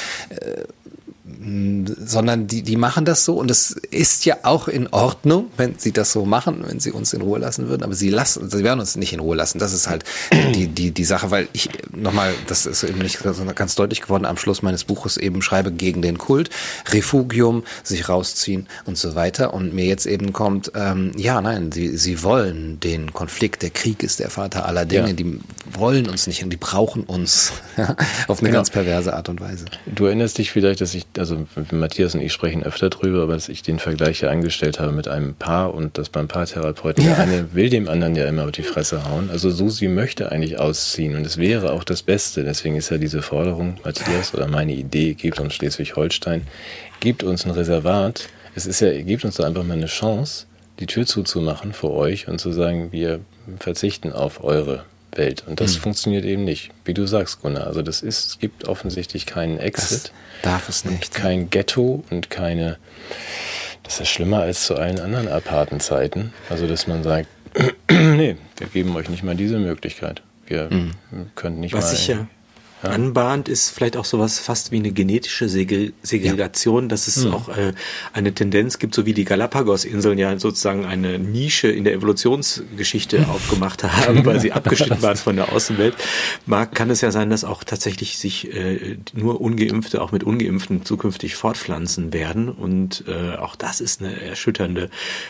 Sondern die machen das so, und es ist ja auch in Ordnung, wenn sie das so machen, wenn sie uns in Ruhe lassen würden, aber sie werden uns nicht in Ruhe lassen. Das ist halt die Sache, weil ich nochmal, das ist eben nicht ganz deutlich geworden, am Schluss meines Buches eben schreibe gegen den Kult, Refugium, sich rausziehen und so weiter, und mir jetzt eben kommt, sie wollen den Konflikt, der Krieg ist der Vater aller Dinge, die wollen uns nicht und die brauchen uns auf eine ganz perverse Art und Weise. Du erinnerst dich vielleicht, dass also Matthias und ich sprechen öfter drüber, aber dass ich den Vergleich ja angestellt habe mit einem Paar, und dass beim Paartherapeuten der eine will dem anderen ja immer auf die Fresse hauen. Also Susi möchte eigentlich ausziehen, und es wäre auch das Beste. Deswegen ist ja diese Forderung, Matthias, oder meine Idee, gebt uns Schleswig-Holstein, gebt uns ein Reservat. Gebt uns da einfach mal eine Chance, die Tür zuzumachen vor euch und zu sagen, wir verzichten auf eure Welt. Und das funktioniert eben nicht, wie du sagst, Gunnar. Also es gibt offensichtlich keinen Exit. Das darf es nicht. Kein Ghetto und das ist schlimmer als zu allen anderen aparten Zeiten. Also, dass man sagt, nee, wir geben euch nicht mal diese Möglichkeit. Wir können nicht Was mal... anbahnt, ist vielleicht auch sowas fast wie eine genetische Segregation, dass es auch eine Tendenz gibt, so wie die Galapagos-Inseln ja sozusagen eine Nische in der Evolutionsgeschichte aufgemacht haben, weil sie abgeschnitten waren von der Außenwelt. Kann es ja sein, dass auch tatsächlich sich nur Ungeimpfte auch mit Ungeimpften zukünftig fortpflanzen werden, und auch das ist eine erschütternde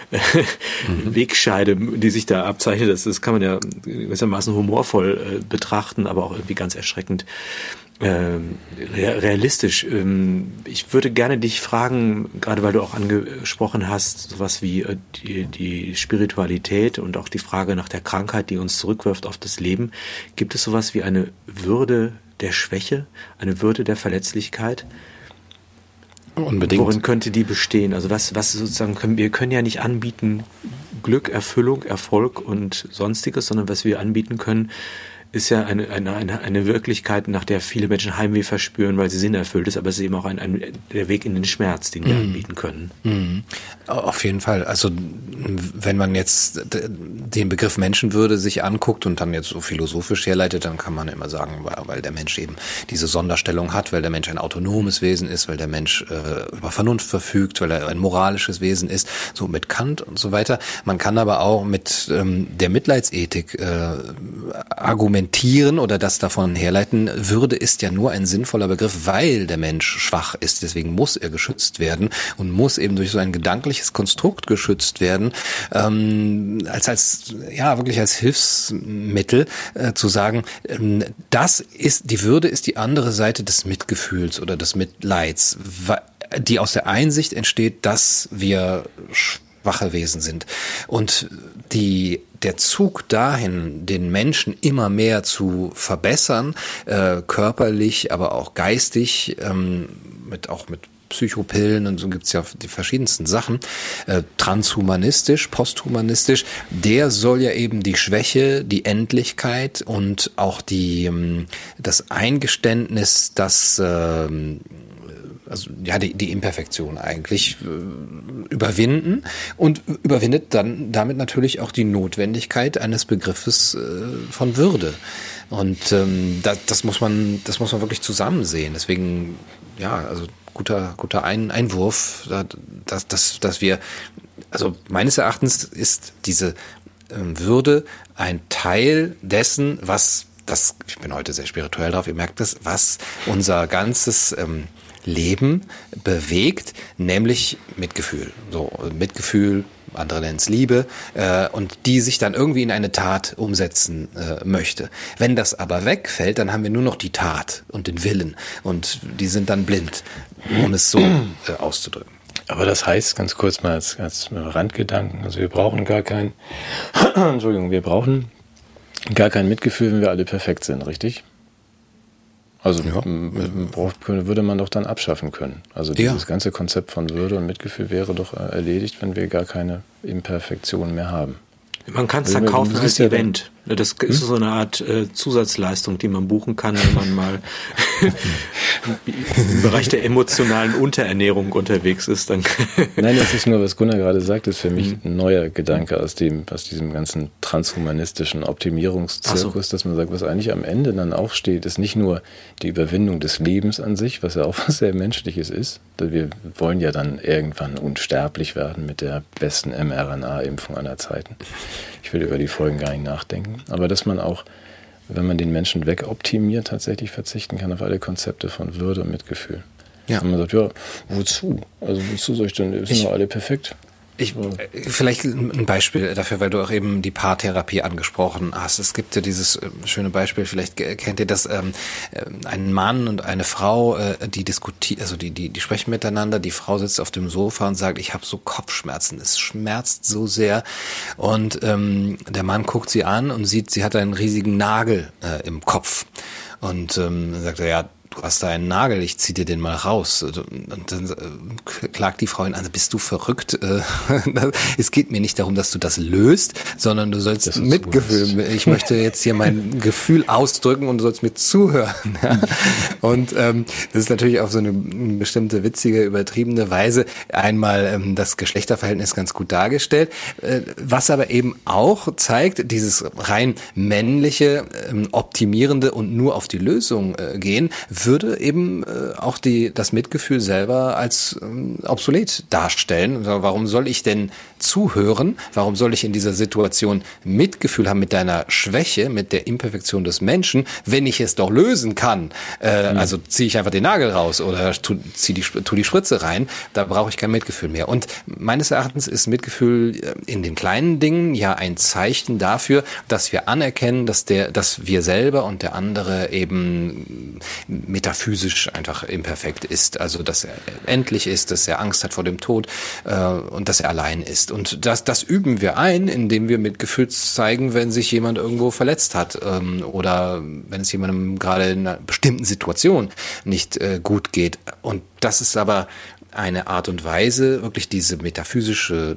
Wegscheide, die sich da abzeichnet. Das kann man ja gewissermaßen humorvoll betrachten, aber auch irgendwie ganz erschreckend realistisch. Ich würde gerne dich fragen, gerade weil du auch angesprochen hast, sowas wie die Spiritualität und auch die Frage nach der Krankheit, die uns zurückwirft auf das Leben. Gibt es sowas wie eine Würde der Schwäche, eine Würde der Verletzlichkeit? Unbedingt. Worin könnte die bestehen? Also was sozusagen wir können ja nicht anbieten Glück, Erfüllung, Erfolg und Sonstiges, sondern was wir anbieten können, ist ja eine Wirklichkeit, nach der viele Menschen Heimweh verspüren, weil sie sinnerfüllt ist, aber es ist eben auch der Weg in den Schmerz, den wir anbieten können. Auf jeden Fall. Also wenn man jetzt den Begriff Menschenwürde sich anguckt und dann jetzt so philosophisch herleitet, dann kann man immer sagen, weil der Mensch eben diese Sonderstellung hat, weil der Mensch ein autonomes Wesen ist, weil der Mensch über Vernunft verfügt, weil er ein moralisches Wesen ist, so mit Kant und so weiter. Man kann aber auch mit der Mitleidsethik argumentieren oder das davon herleiten. Würde ist ja nur ein sinnvoller Begriff, weil der Mensch schwach ist. Deswegen muss er geschützt werden und muss eben durch so ein gedankliches Konstrukt geschützt werden, wirklich als Hilfsmittel zu sagen, die Würde ist die andere Seite des Mitgefühls oder des Mitleids, die aus der Einsicht entsteht, dass wir schwache Wesen sind. Und der Zug dahin, den Menschen immer mehr zu verbessern, körperlich, aber auch geistig, mit Psychopillen und so gibt's ja die verschiedensten Sachen, transhumanistisch, posthumanistisch, der soll ja eben die Schwäche, die Endlichkeit und auch das Eingeständnis, dass die Imperfektion eigentlich überwinden und überwindet dann damit natürlich auch die Notwendigkeit eines Begriffes von Würde. Und das muss man wirklich zusammen sehen. Deswegen, also guter Einwurf, dass wir, also meines Erachtens ist diese Würde ein Teil dessen, ich bin heute sehr spirituell drauf, ihr merkt das, was unser ganzes Leben bewegt, nämlich Mitgefühl. So, Mitgefühl, andere nennen es Liebe, und die sich dann irgendwie in eine Tat umsetzen möchte. Wenn das aber wegfällt, dann haben wir nur noch die Tat und den Willen und die sind dann blind, um es so auszudrücken. Aber das heißt, ganz kurz mal als Randgedanken, also wir brauchen gar kein Mitgefühl, wenn wir alle perfekt sind, richtig? Also würde man doch dann abschaffen können. Also dieses ganze Konzept von Würde und Mitgefühl wäre doch erledigt, wenn wir gar keine Imperfektion mehr haben. Man kann es dann kaufen als Event. Das ist so eine Art Zusatzleistung, die man buchen kann, wenn man mal im Bereich der emotionalen Unterernährung unterwegs ist. Dann Nein, das ist nur, was Gunnar gerade sagt, ist für mich ein neuer Gedanke aus diesem ganzen transhumanistischen Optimierungszirkus, dass man sagt, was eigentlich am Ende dann auch steht, ist nicht nur die Überwindung des Lebens an sich, was ja auch was sehr Menschliches ist. Wir wollen ja dann irgendwann unsterblich werden mit der besten mRNA-Impfung aller Zeiten. Ich will über die Folgen gar nicht nachdenken. Aber dass man auch, wenn man den Menschen wegoptimiert, tatsächlich verzichten kann auf alle Konzepte von Würde und Mitgefühl. Ja. Und man sagt, wozu? Also wozu soll ich denn, sind doch alle perfekt? Vielleicht ein Beispiel dafür, weil du auch eben die Paartherapie angesprochen hast. Es gibt ja dieses schöne Beispiel, vielleicht kennt ihr das, ein Mann und eine Frau, die diskutieren, also die sprechen miteinander, die Frau sitzt auf dem Sofa und sagt, ich habe so Kopfschmerzen, es schmerzt so sehr. Und der Mann guckt sie an und sieht, sie hat einen riesigen Nagel im Kopf. Und dann sagt er, ja, du hast da einen Nagel, ich zieh dir den mal raus. Und dann klagt die Frau ihn an, bist du verrückt? Es geht mir nicht darum, dass du das löst, sondern du sollst Mitgefühl. Ich möchte jetzt hier mein Gefühl ausdrücken und du sollst mir zuhören. Und das ist natürlich auf so eine bestimmte witzige, übertriebene Weise einmal das Geschlechterverhältnis ganz gut dargestellt. Was aber eben auch zeigt, dieses rein männliche, optimierende und nur auf die Lösung gehen, würde eben auch das Mitgefühl selber als obsolet darstellen. Warum soll ich denn zuhören? Warum soll ich in dieser Situation Mitgefühl haben mit deiner Schwäche, mit der Imperfektion des Menschen, wenn ich es doch lösen kann? Also ziehe ich einfach den Nagel raus oder tu die Spritze rein. Da brauche ich kein Mitgefühl mehr. Und meines Erachtens ist Mitgefühl in den kleinen Dingen ja ein Zeichen dafür, dass wir anerkennen, dass wir selber und der andere eben metaphysisch einfach imperfekt ist. Also, dass er endlich ist, dass er Angst hat vor dem Tod und dass er allein ist. Und das üben wir ein, indem wir Mitgefühl zeigen, wenn sich jemand irgendwo verletzt hat oder wenn es jemandem gerade in einer bestimmten Situation nicht gut geht. Und das ist aber eine Art und Weise, wirklich diese metaphysische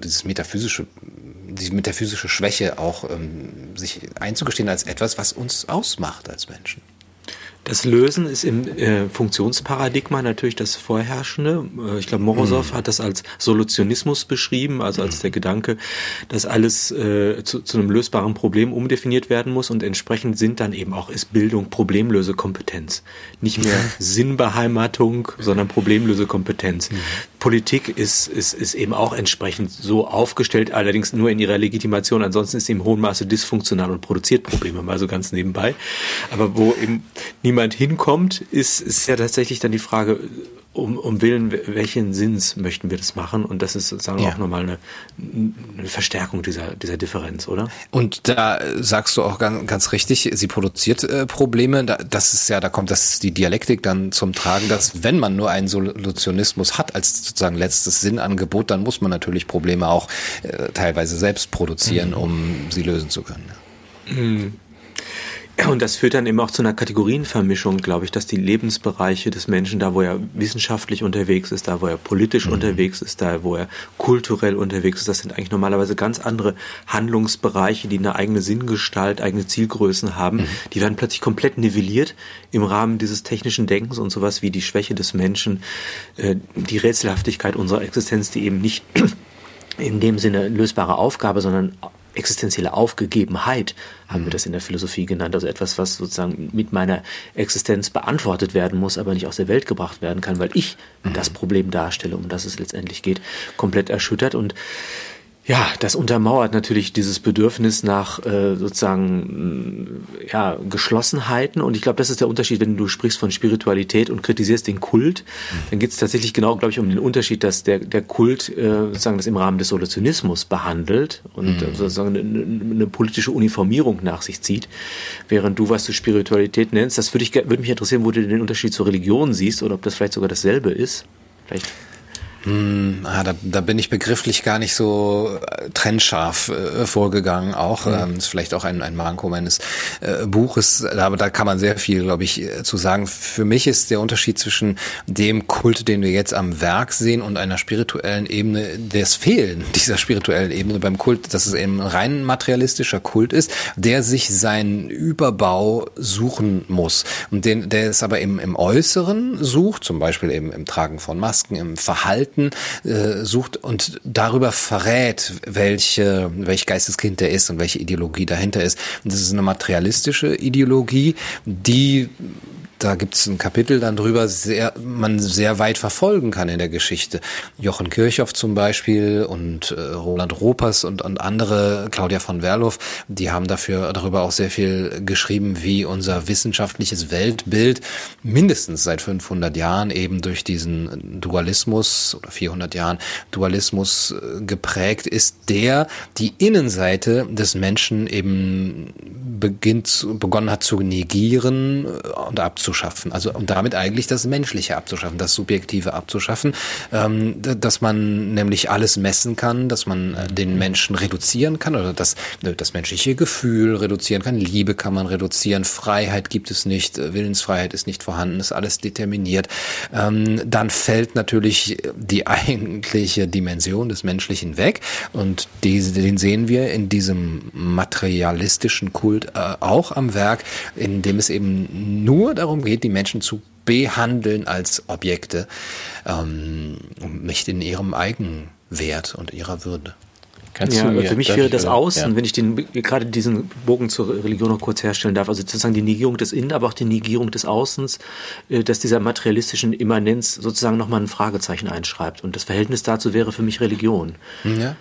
Schwäche auch sich einzugestehen als etwas, was uns ausmacht als Menschen. Das Lösen ist im Funktionsparadigma natürlich das Vorherrschende. Ich glaube, Morosow hat das als Solutionismus beschrieben, also als der Gedanke, dass alles zu einem lösbaren Problem umdefiniert werden muss und entsprechend sind dann eben auch ist Bildung Problemlösekompetenz. Nicht mehr Sinnbeheimatung, sondern Problemlösekompetenz. Politik ist eben auch entsprechend so aufgestellt, allerdings nur in ihrer Legitimation. Ansonsten ist sie im hohen Maße dysfunktional und produziert Probleme, mal so ganz nebenbei. Aber wo eben niemand hinkommt, ist ja tatsächlich dann die Frage, um Willen welchen Sinns möchten wir das machen? Und das ist sozusagen auch nochmal eine Verstärkung dieser Differenz, oder? Und da sagst du auch ganz richtig, sie produziert Probleme. Da kommt die Dialektik dann zum Tragen, dass wenn man nur einen Solutionismus hat als sozusagen letztes Sinnangebot, dann muss man natürlich Probleme auch teilweise selbst produzieren, um sie lösen zu können. Und das führt dann eben auch zu einer Kategorienvermischung, glaube ich, dass die Lebensbereiche des Menschen, da wo er wissenschaftlich unterwegs ist, da wo er politisch unterwegs ist, da wo er kulturell unterwegs ist, das sind eigentlich normalerweise ganz andere Handlungsbereiche, die eine eigene Sinngestalt, eigene Zielgrößen haben. Die werden plötzlich komplett nivelliert im Rahmen dieses technischen Denkens und sowas wie die Schwäche des Menschen, die Rätselhaftigkeit unserer Existenz, die eben nicht in dem Sinne lösbare Aufgabe, sondern existenzielle Aufgegebenheit, haben wir das in der Philosophie genannt. Also etwas, was sozusagen mit meiner Existenz beantwortet werden muss, aber nicht aus der Welt gebracht werden kann, weil ich das Problem darstelle, um das es letztendlich geht, komplett erschüttert. Und ja, das untermauert natürlich dieses Bedürfnis nach sozusagen Geschlossenheiten. Und ich glaube, das ist der Unterschied, wenn du sprichst von Spiritualität und kritisierst den Kult, dann geht es tatsächlich genau, glaube ich, um den Unterschied, dass der Kult sozusagen das im Rahmen des Solutionismus behandelt und sozusagen eine politische Uniformierung nach sich zieht, während du, was du Spiritualität nennst, das würde mich interessieren, wo du den Unterschied zur Religion siehst oder ob das vielleicht sogar dasselbe ist. Vielleicht. Da bin ich begrifflich gar nicht so trennscharf vorgegangen. Auch ist vielleicht auch ein Manko meines Buches, aber da kann man sehr viel, glaube ich, zu sagen. Für mich ist der Unterschied zwischen dem Kult, den wir jetzt am Werk sehen, und einer spirituellen Ebene, das Fehlen dieser spirituellen Ebene beim Kult, dass es eben ein rein materialistischer Kult ist, der sich seinen Überbau suchen muss. Und der es aber eben im Äußeren sucht, zum Beispiel eben im Tragen von Masken, im Verhalten sucht und darüber verrät, welch Geisteskind der ist und welche Ideologie dahinter ist. Und das ist eine materialistische Ideologie, die, da gibt es ein Kapitel dann drüber, man sehr weit verfolgen kann in der Geschichte. Jochen Kirchhoff zum Beispiel und Roland Ropers und andere, Claudia von Werlow, die haben darüber auch sehr viel geschrieben, wie unser wissenschaftliches Weltbild mindestens seit 500 Jahren eben durch diesen Dualismus oder 400 Jahren Dualismus geprägt ist, der die Innenseite des Menschen eben begonnen hat zu negieren und abzuschaffen. Also und damit eigentlich das Menschliche abzuschaffen, das Subjektive abzuschaffen, dass man nämlich alles messen kann, dass man den Menschen reduzieren kann oder das menschliche Gefühl reduzieren kann, Liebe kann man reduzieren, Freiheit gibt es nicht, Willensfreiheit ist nicht vorhanden, ist alles determiniert. Dann fällt natürlich die eigentliche Dimension des Menschlichen weg und den sehen wir in diesem materialistischen Kult auch am Werk, in dem es eben nur darum geht, die Menschen zu behandeln als Objekte, nicht in ihrem Eigenwert und ihrer Würde. Für mich wäre das Außen, wenn ich gerade diesen Bogen zur Religion noch kurz herstellen darf, also sozusagen die Negierung des Innen, aber auch die Negierung des Außens, dass dieser materialistischen Immanenz sozusagen nochmal ein Fragezeichen einschreibt. Und das Verhältnis dazu wäre für mich Religion. Ja.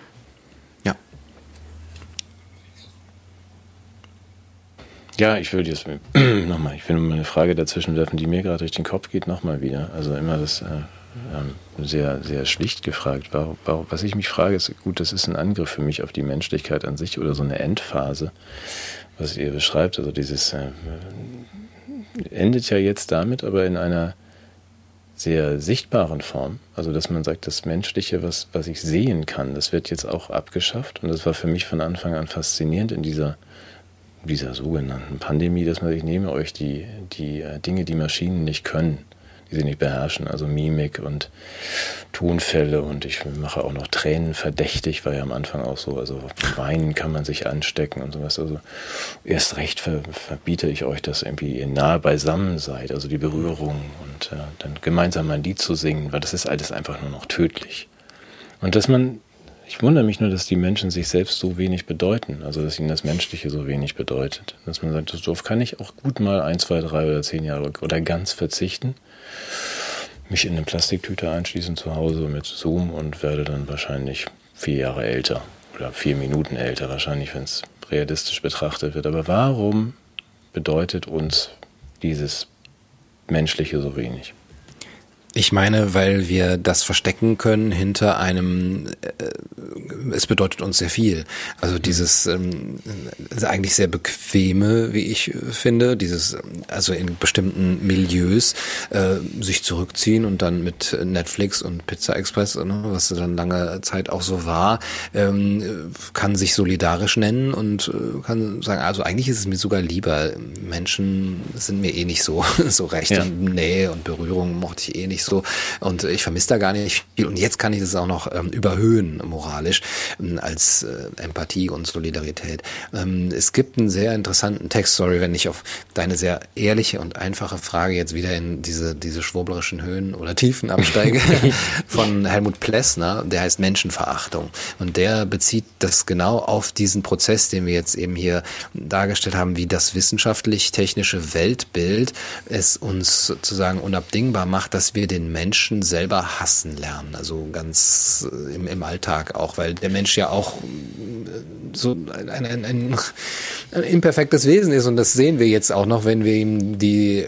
Ja, ich will nochmal, ich will nur mal eine Frage dazwischen werfen, die mir gerade durch den Kopf geht, nochmal wieder. Also immer das sehr, sehr schlicht gefragt. Was ich mich frage, ist, gut, das ist ein Angriff für mich auf die Menschlichkeit an sich oder so eine Endphase, was ihr beschreibt. Also dieses endet ja jetzt damit, aber in einer sehr sichtbaren Form. Also dass man sagt, das Menschliche, was ich sehen kann, das wird jetzt auch abgeschafft. Und das war für mich von Anfang an faszinierend in dieser sogenannten Pandemie, dass man sich, ich nehme euch die Dinge, die Maschinen nicht können, die sie nicht beherrschen, also Mimik und Tonfälle, und ich mache auch noch Tränen verdächtig, war ja am Anfang auch so, also Weinen kann man sich anstecken und sowas, also erst recht verbiete ich euch, dass irgendwie ihr nahe beisammen seid, also die Berührung und dann gemeinsam ein Lied zu singen, weil das ist alles einfach nur noch tödlich. Und ich wundere mich nur, dass die Menschen sich selbst so wenig bedeuten, also dass ihnen das Menschliche so wenig bedeutet. Dass man sagt, darauf kann ich auch gut mal 1, 2, 3 oder 10 Jahre oder ganz verzichten, mich in eine Plastiktüte einschließen zu Hause mit Zoom und werde dann wahrscheinlich 4 Jahre älter oder 4 Minuten älter wahrscheinlich, wenn es realistisch betrachtet wird. Aber warum bedeutet uns dieses Menschliche so wenig? Ich meine, weil wir das verstecken können hinter einem, es bedeutet uns sehr viel. Also dieses eigentlich sehr bequeme, wie ich finde, dieses, also in bestimmten Milieus sich zurückziehen und dann mit Netflix und Pizza Express, was dann lange Zeit auch so war, kann sich solidarisch nennen und kann sagen, also eigentlich ist es mir sogar lieber. Menschen sind mir eh nicht so recht, ja. Und Nähe und Berührung mochte ich eh nicht so und ich vermisse da gar nicht viel und jetzt kann ich das auch noch überhöhen moralisch als Empathie und Solidarität. Es gibt einen sehr interessanten Text, sorry, wenn ich auf deine sehr ehrliche und einfache Frage jetzt wieder in diese schwurblerischen Höhen oder Tiefen absteige, von Helmut Plessner, der heißt Menschenverachtung und der bezieht das genau auf diesen Prozess, den wir jetzt eben hier dargestellt haben, wie das wissenschaftlich-technische Weltbild es uns sozusagen unabdingbar macht, dass wir den Menschen selber hassen lernen, also ganz im Alltag auch, weil der Mensch ja auch so ein imperfektes Wesen ist und das sehen wir jetzt auch noch, wenn wir ihm die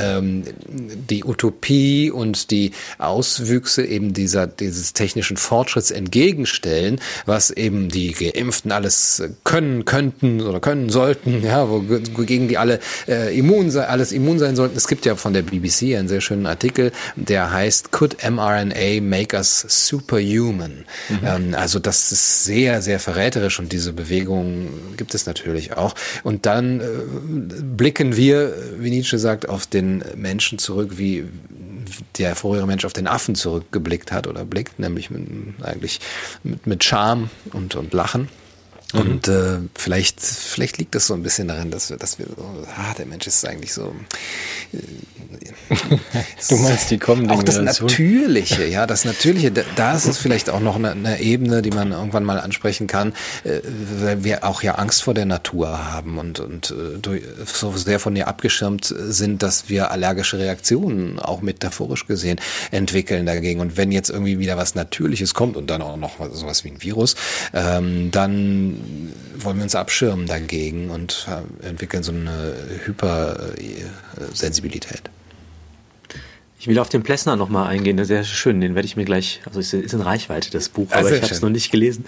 Utopie und die Auswüchse eben dieses technischen Fortschritts entgegenstellen, was eben die Geimpften alles können könnten oder können sollten, ja, wogegen die alle immun sein sollten. Es gibt ja von der BBC einen sehr schönen Artikel, der heißt Could mRNA make us superhuman? Also das ist sehr, sehr verräterisch und diese Bewegung gibt es natürlich auch. Und dann blicken wir, wie Nietzsche sagt, auf den Menschen zurück, wie der vorherige Mensch auf den Affen zurückgeblickt hat oder blickt, nämlich mit Scham und Lachen. Und vielleicht liegt das so ein bisschen darin, dass wir der Mensch ist eigentlich so. Du meinst die kommende auch das Natürliche, ja, das Natürliche. Da ist es vielleicht auch noch eine Ebene, die man irgendwann mal ansprechen kann, weil wir auch ja Angst vor der Natur haben und so sehr von ihr abgeschirmt sind, dass wir allergische Reaktionen auch metaphorisch gesehen entwickeln dagegen. Und wenn jetzt irgendwie wieder was Natürliches kommt und dann auch noch sowas wie ein Virus, dann wollen wir uns abschirmen dagegen und entwickeln so eine Hypersensibilität. Ich will auf den Plessner nochmal eingehen, sehr schön, den werde ich mir gleich, also es ist in Reichweite das Buch, aber ich habe es noch nicht gelesen.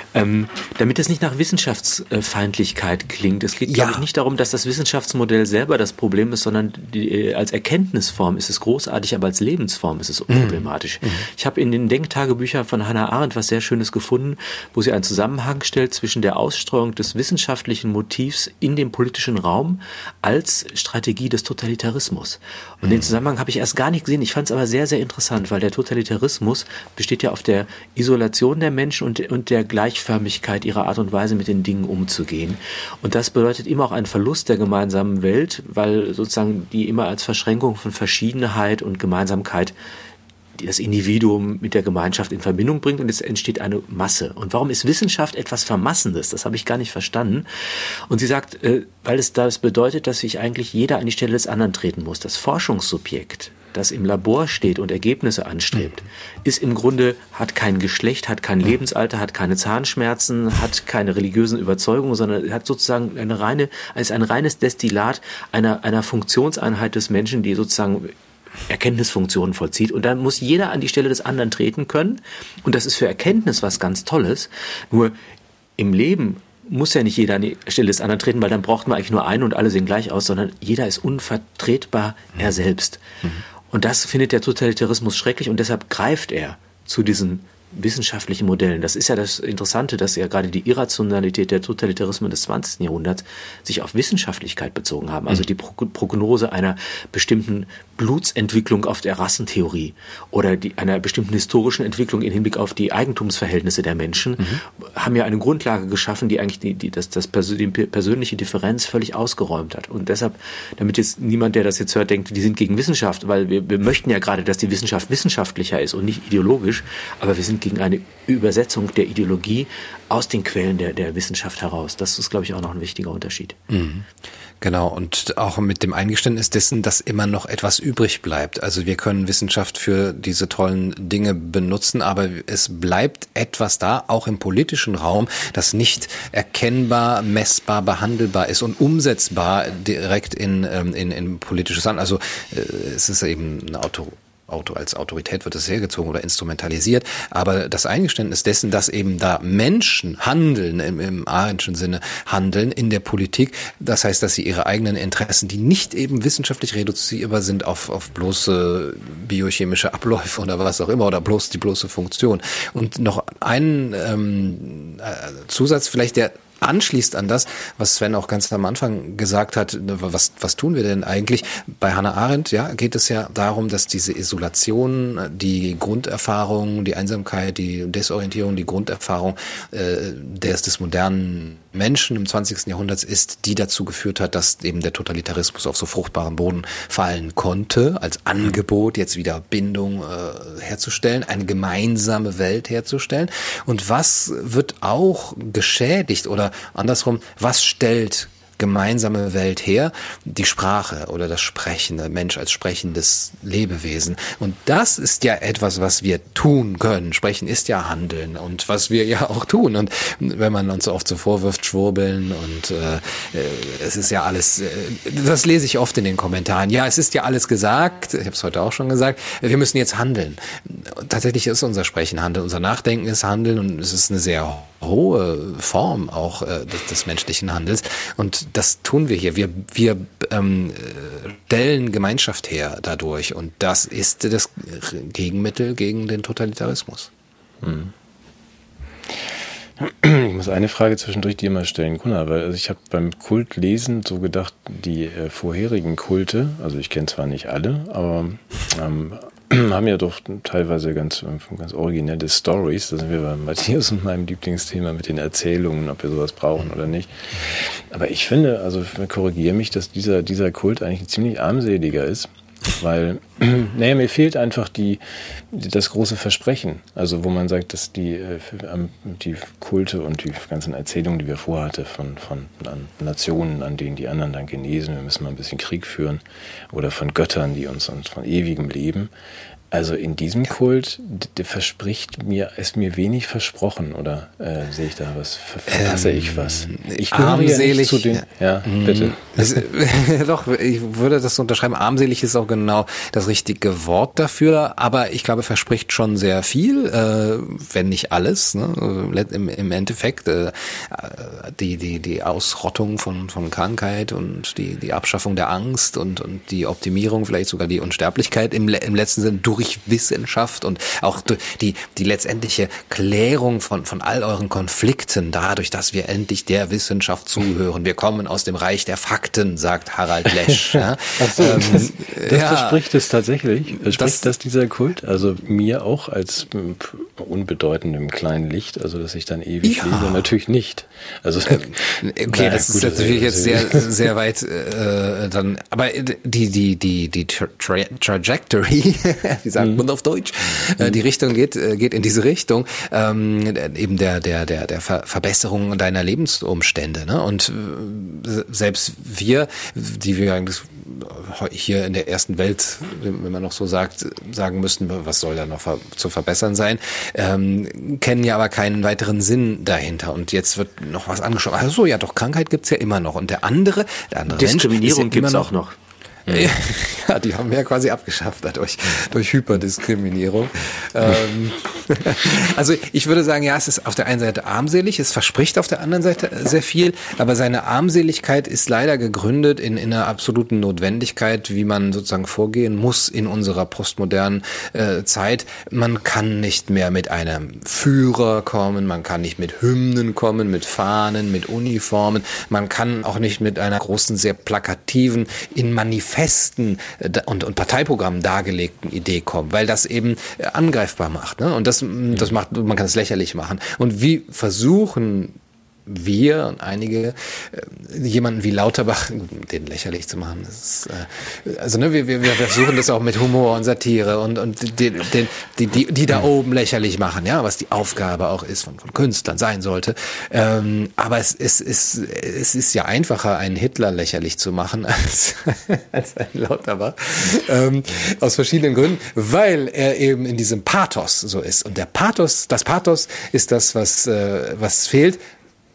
Damit es nicht nach Wissenschaftsfeindlichkeit klingt. Es geht, glaube ich, nicht darum, dass das Wissenschaftsmodell selber das Problem ist, sondern als Erkenntnisform ist es großartig, aber als Lebensform ist es problematisch. Ich habe in den Denktagebüchern von Hannah Arendt was sehr Schönes gefunden, wo sie einen Zusammenhang stellt zwischen der Ausstreuung des wissenschaftlichen Motivs in dem politischen Raum als Strategie des Totalitarismus. Und den Zusammenhang habe ich erst gar nicht gesehen. Ich fand es aber sehr, sehr interessant, weil der Totalitarismus besteht ja auf der Isolation der Menschen und der Gleichförmigkeit ihrer Art und Weise, mit den Dingen umzugehen. Und das bedeutet immer auch einen Verlust der gemeinsamen Welt, weil sozusagen die immer als Verschränkung von Verschiedenheit und Gemeinsamkeit das Individuum mit der Gemeinschaft in Verbindung bringt und es entsteht eine Masse. Und warum ist Wissenschaft etwas Vermassendes? Das habe ich gar nicht verstanden. Und sie sagt, weil es das bedeutet, dass sich eigentlich jeder an die Stelle des anderen treten muss. Das Forschungssubjekt, das im Labor steht und Ergebnisse anstrebt, ist im Grunde, hat kein Geschlecht, hat kein Lebensalter, hat keine Zahnschmerzen, hat keine religiösen Überzeugungen, sondern hat sozusagen ein reines Destillat einer Funktionseinheit des Menschen, die sozusagen Erkenntnisfunktionen vollzieht. Und dann muss jeder an die Stelle des anderen treten können. Und das ist für Erkenntnis was ganz Tolles. Nur im Leben muss ja nicht jeder an die Stelle des anderen treten, weil dann braucht man eigentlich nur einen und alle sehen gleich aus, sondern jeder ist unvertretbar er selbst. Und das findet der Totalitarismus schrecklich und deshalb greift er zu diesen wissenschaftlichen Modellen. Das ist ja das Interessante, dass ja gerade die Irrationalität der Totalitarismen des 20. Jahrhunderts sich auf Wissenschaftlichkeit bezogen haben. Also die Prognose einer bestimmten Blutsentwicklung auf der Rassentheorie oder einer bestimmten historischen Entwicklung im Hinblick auf die Eigentumsverhältnisse der Menschen haben ja eine Grundlage geschaffen, die eigentlich die persönliche Differenz völlig ausgeräumt hat. Und deshalb, damit jetzt niemand, der das jetzt hört, denkt, die sind gegen Wissenschaft, weil wir möchten ja gerade, dass die Wissenschaft wissenschaftlicher ist und nicht ideologisch, aber wir sind gegen eine Übersetzung der Ideologie aus den Quellen der Wissenschaft heraus. Das ist, glaube ich, auch noch ein wichtiger Unterschied. Genau, und auch mit dem Eingeständnis dessen, dass immer noch etwas übrig bleibt. Also wir können Wissenschaft für diese tollen Dinge benutzen, aber es bleibt etwas da, auch im politischen Raum, das nicht erkennbar, messbar, behandelbar ist und umsetzbar direkt in politisches Handeln. Also es ist eben eine als Autorität wird es hergezogen oder instrumentalisiert, aber das Eingeständnis dessen, dass eben da Menschen handeln, im Arendtschen Sinne handeln in der Politik, das heißt, dass sie ihre eigenen Interessen, die nicht eben wissenschaftlich reduzierbar sind auf bloße biochemische Abläufe oder was auch immer, oder die bloße Funktion. Und noch einen Zusatz vielleicht, der anschließt an das, was Sven auch ganz am Anfang gesagt hat, was tun wir denn eigentlich? Bei Hannah Arendt, ja, geht es ja darum, dass diese Isolation, die Grunderfahrung, die Einsamkeit, die Desorientierung, die Grunderfahrung des modernen Menschen im 20. Jahrhundert ist, die dazu geführt hat, dass eben der Totalitarismus auf so fruchtbaren Boden fallen konnte, als Angebot jetzt wieder Bindung herzustellen, eine gemeinsame Welt herzustellen. Und was wird auch geschädigt oder andersrum, was stellt gemeinsame Welt her? Die Sprache oder das Sprechen, der Mensch als sprechendes Lebewesen. Und das ist ja etwas, was wir tun können. Sprechen ist ja Handeln und was wir ja auch tun. Und wenn man uns oft so vorwirft, schwurbeln und es ist ja alles, das lese ich oft in den Kommentaren. Ja, es ist ja alles gesagt, ich habe es heute auch schon gesagt, wir müssen jetzt handeln. Und tatsächlich ist unser Sprechen Handeln, unser Nachdenken ist Handeln und es ist eine sehr hohe Form auch des menschlichen Handels. Und das tun wir hier. Wir stellen Gemeinschaft her dadurch. Und das ist das Gegenmittel gegen den Totalitarismus. Ich muss eine Frage zwischendurch dir mal stellen, Gunnar, weil ich habe beim Kultlesen so gedacht, die vorherigen Kulte, also ich kenne zwar nicht alle, aber haben ja doch teilweise ganz originelle Stories. Da sind wir bei Matthias und meinem Lieblingsthema mit den Erzählungen, ob wir sowas brauchen oder nicht. Aber ich finde, also korrigiere mich, dass dieser Kult eigentlich ein ziemlich armseliger ist, weil, mir fehlt einfach das große Versprechen. Also wo man sagt, dass die Kulte und die ganzen Erzählungen, die wir vorhatten von Nationen, an denen die anderen dann genesen, wir müssen mal ein bisschen Krieg führen, oder von Göttern, die uns von ewigem Leben. Also in diesem Kult ist mir wenig versprochen, oder sehe ich da was, verpasse ich was? Ich armselig zu den, ja, bitte. Doch, ich würde das unterschreiben. Armselig ist auch genau das richtige Wort dafür, aber ich glaube, verspricht schon sehr viel, wenn nicht alles. Ne? Im Endeffekt die Ausrottung von Krankheit und die Abschaffung der Angst und die Optimierung, vielleicht sogar die Unsterblichkeit im letzten Sinne durch Wissenschaft und auch die letztendliche Klärung von all euren Konflikten dadurch, dass wir endlich der Wissenschaft zuhören. Wir kommen aus dem Reich der Fakten, sagt Harald Lesch. Ja. Ach so, das verspricht es tatsächlich. Verspricht das dieser Kult? Also mir auch als unbedeutendem kleinen Licht, also dass ich dann ewig lebe, natürlich nicht. Also okay, das ist natürlich jetzt sehr, sehr weit dann, aber die Trajectory, wie sagt man auf Deutsch, die Richtung geht in diese Richtung, eben der Verbesserung deiner Lebensumstände, ne? Und selbst wir, die wir eigentlich hier in der ersten Welt, wenn man noch so sagen müssten, was soll da noch zu verbessern sein, kennen ja aber keinen weiteren Sinn dahinter. Und jetzt wird noch was angeschaut. Also ja, doch, Krankheit gibt's ja immer noch. Und der andere Diskriminierung Mensch gibt's auch noch. Ja, die haben wir ja quasi abgeschafft dadurch, durch Hyperdiskriminierung. Also ich würde sagen, ja, es ist auf der einen Seite armselig, es verspricht auf der anderen Seite sehr viel, aber seine Armseligkeit ist leider gegründet in einer absoluten Notwendigkeit, wie man sozusagen vorgehen muss in unserer postmodernen Zeit. Man kann nicht mehr mit einem Führer kommen, man kann nicht mit Hymnen kommen, mit Fahnen, mit Uniformen, man kann auch nicht mit einer großen, sehr plakativen, in Manifesten und Parteiprogrammen dargelegten Idee kommen, weil das eben angreifbar macht, ne? Und das macht, man kann es lächerlich machen. Und wie versuchen wir und einige jemanden wie Lauterbach, den lächerlich zu machen, das ist, also ne, wir versuchen das auch mit Humor und Satire und die da oben lächerlich machen, ja, was die Aufgabe auch ist von Künstlern sein sollte. Aber es ist ja einfacher, einen Hitler lächerlich zu machen als einen Lauterbach, aus verschiedenen Gründen, weil er eben in diesem Pathos so ist. Und das Pathos ist das, was fehlt.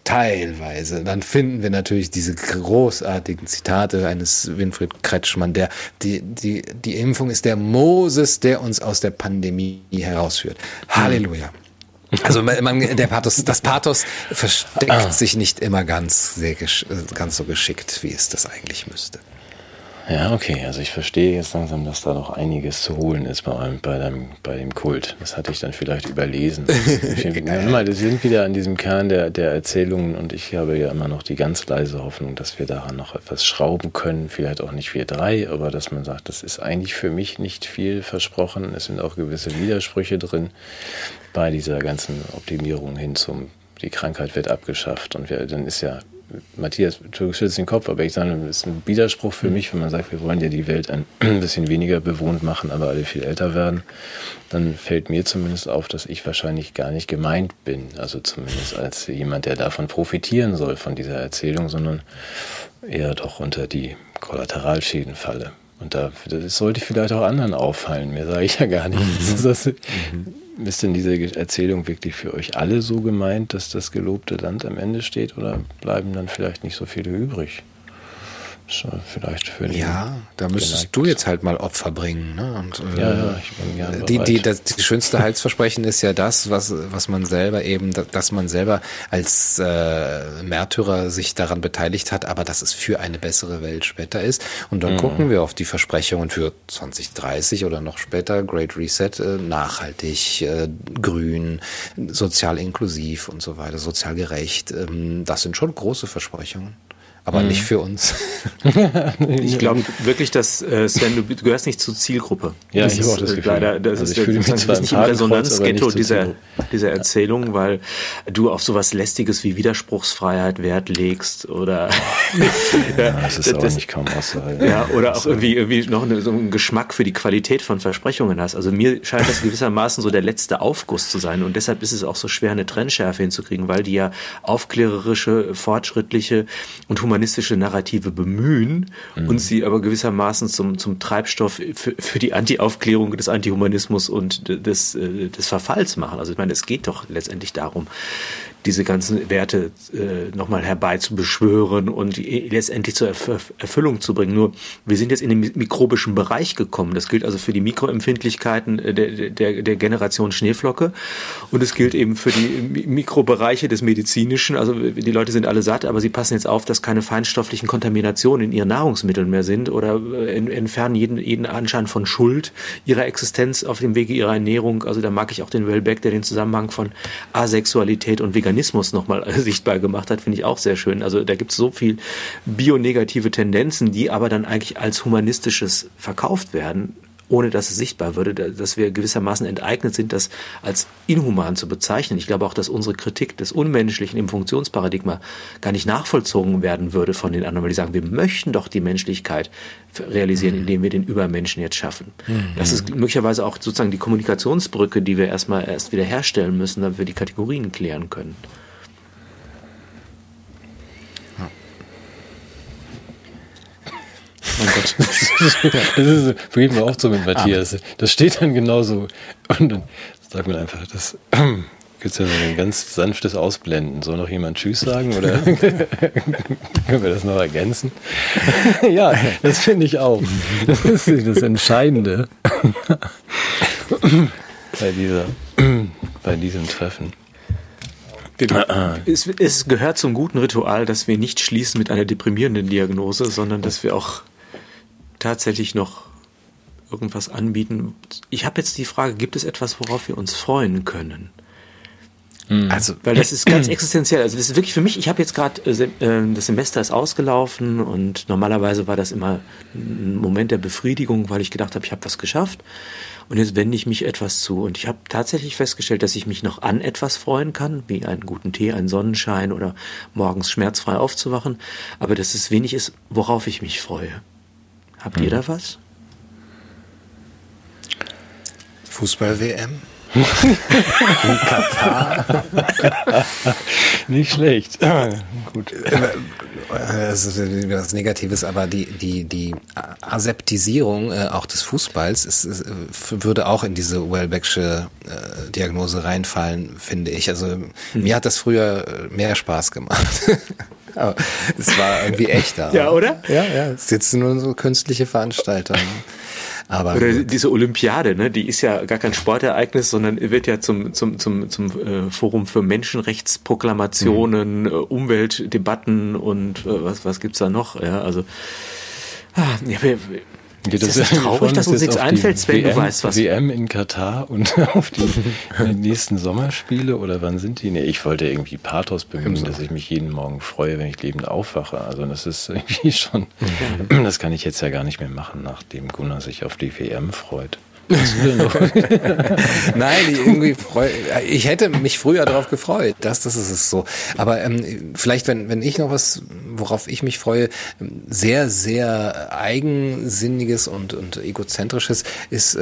teilweise. Dann finden wir natürlich diese großartigen Zitate eines Winfried Kretschmann, der die Impfung ist der Moses, der uns aus der Pandemie herausführt. Halleluja. Also das Pathos versteckt sich nicht immer ganz so geschickt, wie es das eigentlich müsste. Ja, okay, also ich verstehe jetzt langsam, dass da noch einiges zu holen ist bei dem Kult. Das hatte ich dann vielleicht überlesen. Wir sind wieder an diesem Kern der Erzählungen und ich habe ja immer noch die ganz leise Hoffnung, dass wir daran noch etwas schrauben können, vielleicht auch nicht wir drei, aber dass man sagt, das ist eigentlich für mich nicht viel versprochen. Es sind auch gewisse Widersprüche drin bei dieser ganzen Optimierung hin die Krankheit wird abgeschafft und dann ist ja Matthias, du schüttelst den Kopf, aber ich sage, das ist ein Widerspruch für mich, wenn man sagt, wir wollen ja die Welt ein bisschen weniger bewohnt machen, aber alle viel älter werden, dann fällt mir zumindest auf, dass ich wahrscheinlich gar nicht gemeint bin, also zumindest als jemand, der davon profitieren soll, von dieser Erzählung, sondern eher doch unter die Kollateralschäden falle. Und das sollte vielleicht auch anderen auffallen, mehr sage ich ja gar nicht. Ist denn diese Erzählung wirklich für euch alle so gemeint, dass das gelobte Land am Ende steht oder bleiben dann vielleicht nicht so viele übrig? Vielleicht für da müsstest du jetzt halt mal Opfer bringen. Ne? Und, ich bin gerne bereit. Das schönste Heilsversprechen ist ja das, was man selber eben, dass man selber als Märtyrer sich daran beteiligt hat, aber dass es für eine bessere Welt später ist. Und dann gucken wir auf die Versprechungen für 2030 oder noch später, Great Reset, nachhaltig, grün, sozial inklusiv und so weiter, sozial gerecht. Das sind schon große Versprechungen. Aber nicht für uns. Ich glaube wirklich, dass, Sven, du gehörst nicht zur Zielgruppe. Ja, das ist auch das Gefühl. Leider, das ist nicht im Resonanzghetto dieser Erzählung, weil du auf sowas Lästiges wie Widerspruchsfreiheit Wert legst oder das ist aber nicht kaum auszuhalten. Ja, oder auch irgendwie noch so einen Geschmack für die Qualität von Versprechungen hast. Also mir scheint das gewissermaßen so der letzte Aufguss zu sein und deshalb ist es auch so schwer, eine Trennschärfe hinzukriegen, weil die ja aufklärerische, fortschrittliche und humanistische Narrative bemühen und sie aber gewissermaßen zum Treibstoff für die Anti-Aufklärung des Antihumanismus und des Verfalls machen. Also ich meine, es geht doch letztendlich darum, diese ganzen Werte nochmal herbeizubeschwören und letztendlich zur Erfüllung zu bringen. Nur, wir sind jetzt in den mikrobischen Bereich gekommen. Das gilt also für die Mikroempfindlichkeiten der Generation Schneeflocke und es gilt eben für die Mikrobereiche des Medizinischen. Also die Leute sind alle satt, aber sie passen jetzt auf, dass keine feinstofflichen Kontaminationen in ihren Nahrungsmitteln mehr sind oder entfernen jeden Anschein von Schuld ihrer Existenz auf dem Wege ihrer Ernährung. Also da mag ich auch den Welbeck, der den Zusammenhang von Asexualität und Veganismus nochmal sichtbar gemacht hat, finde ich auch sehr schön. Also da gibt es so viel bionegative Tendenzen, die aber dann eigentlich als humanistisches verkauft werden, ohne dass es sichtbar würde, dass wir gewissermaßen enteignet sind, das als inhuman zu bezeichnen. Ich glaube auch, dass unsere Kritik des Unmenschlichen im Funktionsparadigma gar nicht nachvollzogen werden würde von den anderen, weil die sagen, wir möchten doch die Menschlichkeit realisieren, indem wir den Übermenschen jetzt schaffen. Das ist möglicherweise auch sozusagen die Kommunikationsbrücke, die wir erst wieder herstellen müssen, damit wir die Kategorien klären können. Mein Gott. Das ist, vergeht mir auch so mit Matthias. Das steht dann genauso. Und dann sagt man einfach, das gibt es ja so ein ganz sanftes Ausblenden. Soll noch jemand Tschüss sagen? Oder können wir das noch ergänzen? Ja, das finde ich auch. Das ist das Entscheidende bei diesem Treffen. Es gehört zum guten Ritual, dass wir nicht schließen mit einer deprimierenden Diagnose, sondern dass wir auch tatsächlich noch irgendwas anbieten. Ich habe jetzt die Frage, gibt es etwas, worauf wir uns freuen können? Also, weil das ist ganz existenziell. Also das ist wirklich für mich, ich habe jetzt gerade, das Semester ist ausgelaufen und normalerweise war das immer ein Moment der Befriedigung, weil ich gedacht habe, ich habe was geschafft und jetzt wende ich mich etwas zu. Und ich habe tatsächlich festgestellt, dass ich mich noch an etwas freuen kann, wie einen guten Tee, einen Sonnenschein oder morgens schmerzfrei aufzuwachen, aber dass es wenig ist, worauf ich mich freue. Habt ihr da was? Fußball-WM? In Katar. Nicht schlecht. Gut. Das ist was Negatives, aber die Aseptisierung auch des Fußballs würde auch in diese Welbecksche Diagnose reinfallen, finde ich. Also mir hat das früher mehr Spaß gemacht. Aber es war irgendwie echter. Ja, oder? Ja, es ist jetzt nur so künstliche Veranstaltung. Aber oder diese Olympiade, ne, die ist ja gar kein Sportereignis, sondern wird ja zum Forum für Menschenrechtsproklamationen, Umweltdebatten und was gibt's da noch? Ja, also ist das traurig, dass uns nichts einfällt, Sven, du weißt was. WM in Katar und auf die nächsten Sommerspiele oder wann sind die? Nee, ich wollte irgendwie Pathos bemühen, dass ich mich jeden Morgen freue, wenn ich lebend aufwache. Also das ist irgendwie schon, das kann ich jetzt ja gar nicht mehr machen, nachdem Gunnar sich auf die WM freut. Nein, ich hätte mich früher darauf gefreut, das ist es so. Aber vielleicht, wenn ich noch was, worauf ich mich freue, sehr, sehr eigensinniges und egozentrisches ist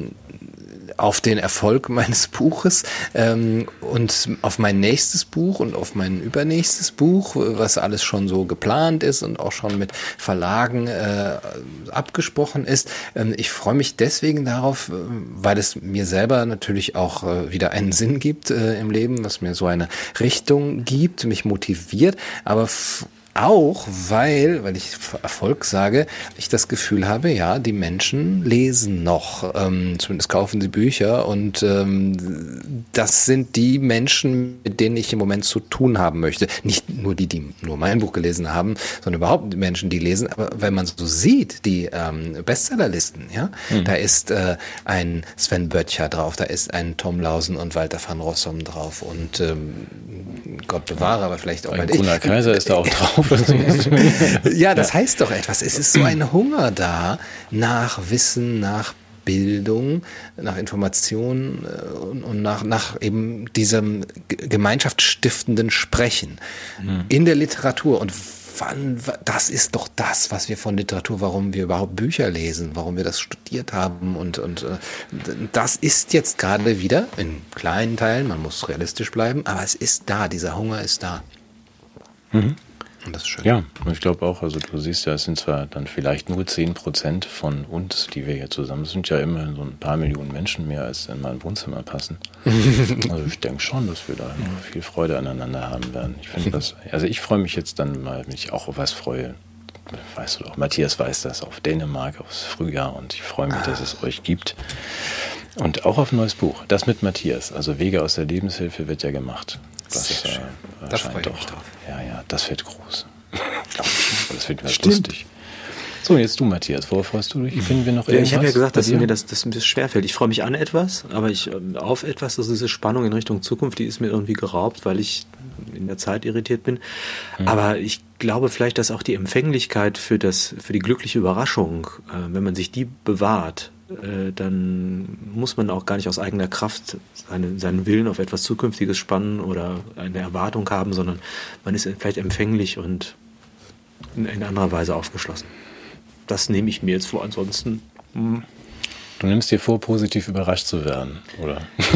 auf den Erfolg meines Buches und auf mein nächstes Buch und auf mein übernächstes Buch, was alles schon so geplant ist und auch schon mit Verlagen abgesprochen ist. Ich freue mich deswegen darauf, weil es mir selber natürlich auch wieder einen Sinn gibt im Leben, was mir so eine Richtung gibt, mich motiviert, aber auch, weil ich Erfolg sage, ich das Gefühl habe, ja, die Menschen lesen noch, zumindest kaufen sie Bücher und das sind die Menschen, mit denen ich im Moment zu tun haben möchte. Nicht nur die nur mein Buch gelesen haben, sondern überhaupt Menschen, die lesen. Aber wenn man so sieht, die Bestsellerlisten, ja, da ist ein Sven Böttcher drauf, da ist ein Tom Lausen und Walter van Rossum drauf und Gott bewahre, aber vielleicht auch ein Gunnar Kaiser ist da auch drauf. Ja, das heißt doch etwas. Es ist so ein Hunger da nach Wissen, nach Bildung, nach Information und nach eben diesem gemeinschaftsstiftenden Sprechen in der Literatur. Und das ist doch das, was wir von Literatur, warum wir überhaupt Bücher lesen, warum wir das studiert haben und das ist jetzt gerade wieder in kleinen Teilen, man muss realistisch bleiben, aber es ist da, dieser Hunger ist da. Und das ist schön. Ja, ich glaube auch, also du siehst ja, es sind zwar dann vielleicht nur 10% von uns, die wir hier zusammen sind, ja immerhin so ein paar Millionen Menschen mehr, als in mein Wohnzimmer passen. Also ich denke schon, dass wir da noch viel Freude aneinander haben werden. Ich finde das, also ich freue mich jetzt dann mal, wenn ich auch auf was freue. Weißt du doch, Matthias weiß das, auf Dänemark, aufs Frühjahr und ich freue mich, dass es euch gibt. Und auch auf ein neues Buch, das mit Matthias, also Wege aus der Lebenshilfe wird ja gemacht. Das da freue ich doch. Mich drauf. Ja, das wird groß. Das wird lustig. So, jetzt du, Matthias, worauf freust du dich? Finden wir noch irgendwas? Ich habe ja gesagt, dass mir das ein bisschen schwerfällt. Ich freue mich an etwas, aber auf etwas, also diese Spannung in Richtung Zukunft, die ist mir irgendwie geraubt, weil ich in der Zeit irritiert bin. Aber ich glaube vielleicht, dass auch die Empfänglichkeit für die glückliche Überraschung, wenn man sich die bewahrt, dann muss man auch gar nicht aus eigener Kraft seinen Willen auf etwas Zukünftiges spannen oder eine Erwartung haben, sondern man ist vielleicht empfänglich und in anderer Weise aufgeschlossen. Das nehme ich mir jetzt vor, ansonsten... Du nimmst dir vor, positiv überrascht zu werden, oder?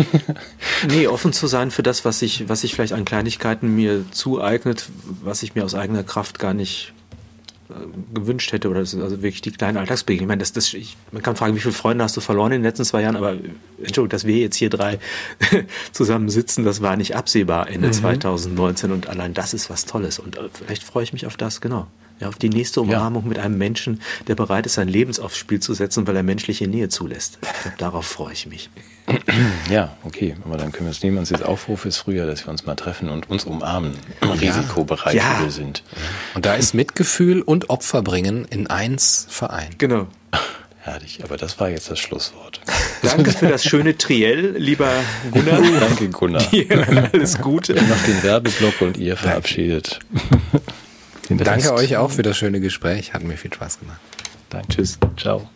Nee, offen zu sein für das, was sich vielleicht an Kleinigkeiten mir zueignet, was ich mir aus eigener Kraft gar nicht gewünscht hätte, oder das sind also wirklich die kleinen Alltagsbegegnungen. Ich meine, man kann fragen, wie viele Freunde hast du verloren in den letzten 2 Jahren, aber Entschuldigung, dass wir jetzt hier 3 zusammen sitzen, das war nicht absehbar Ende 2019 und allein das ist was Tolles und vielleicht freue ich mich auf das, genau. Ja, auf die nächste Umarmung mit einem Menschen, der bereit ist, sein Leben aufs Spiel zu setzen, weil er menschliche Nähe zulässt. Ich glaube, darauf freue ich mich. Ja, okay. Aber dann können wir es nehmen, uns jetzt Aufruf ist früher, dass wir uns mal treffen und uns umarmen im Risikobereich, wo wir sind. Und da ist Mitgefühl und Opferbringen in eins vereint. Genau. Herrlich, aber das war jetzt das Schlusswort. Danke für das schöne Triell, lieber Gunnar. Danke, Gunnar. Dir alles Gute. Noch den Werbeblock und ihr verabschiedet. Danke euch auch für das schöne Gespräch. Hat mir viel Spaß gemacht. Danke. Tschüss. Ciao.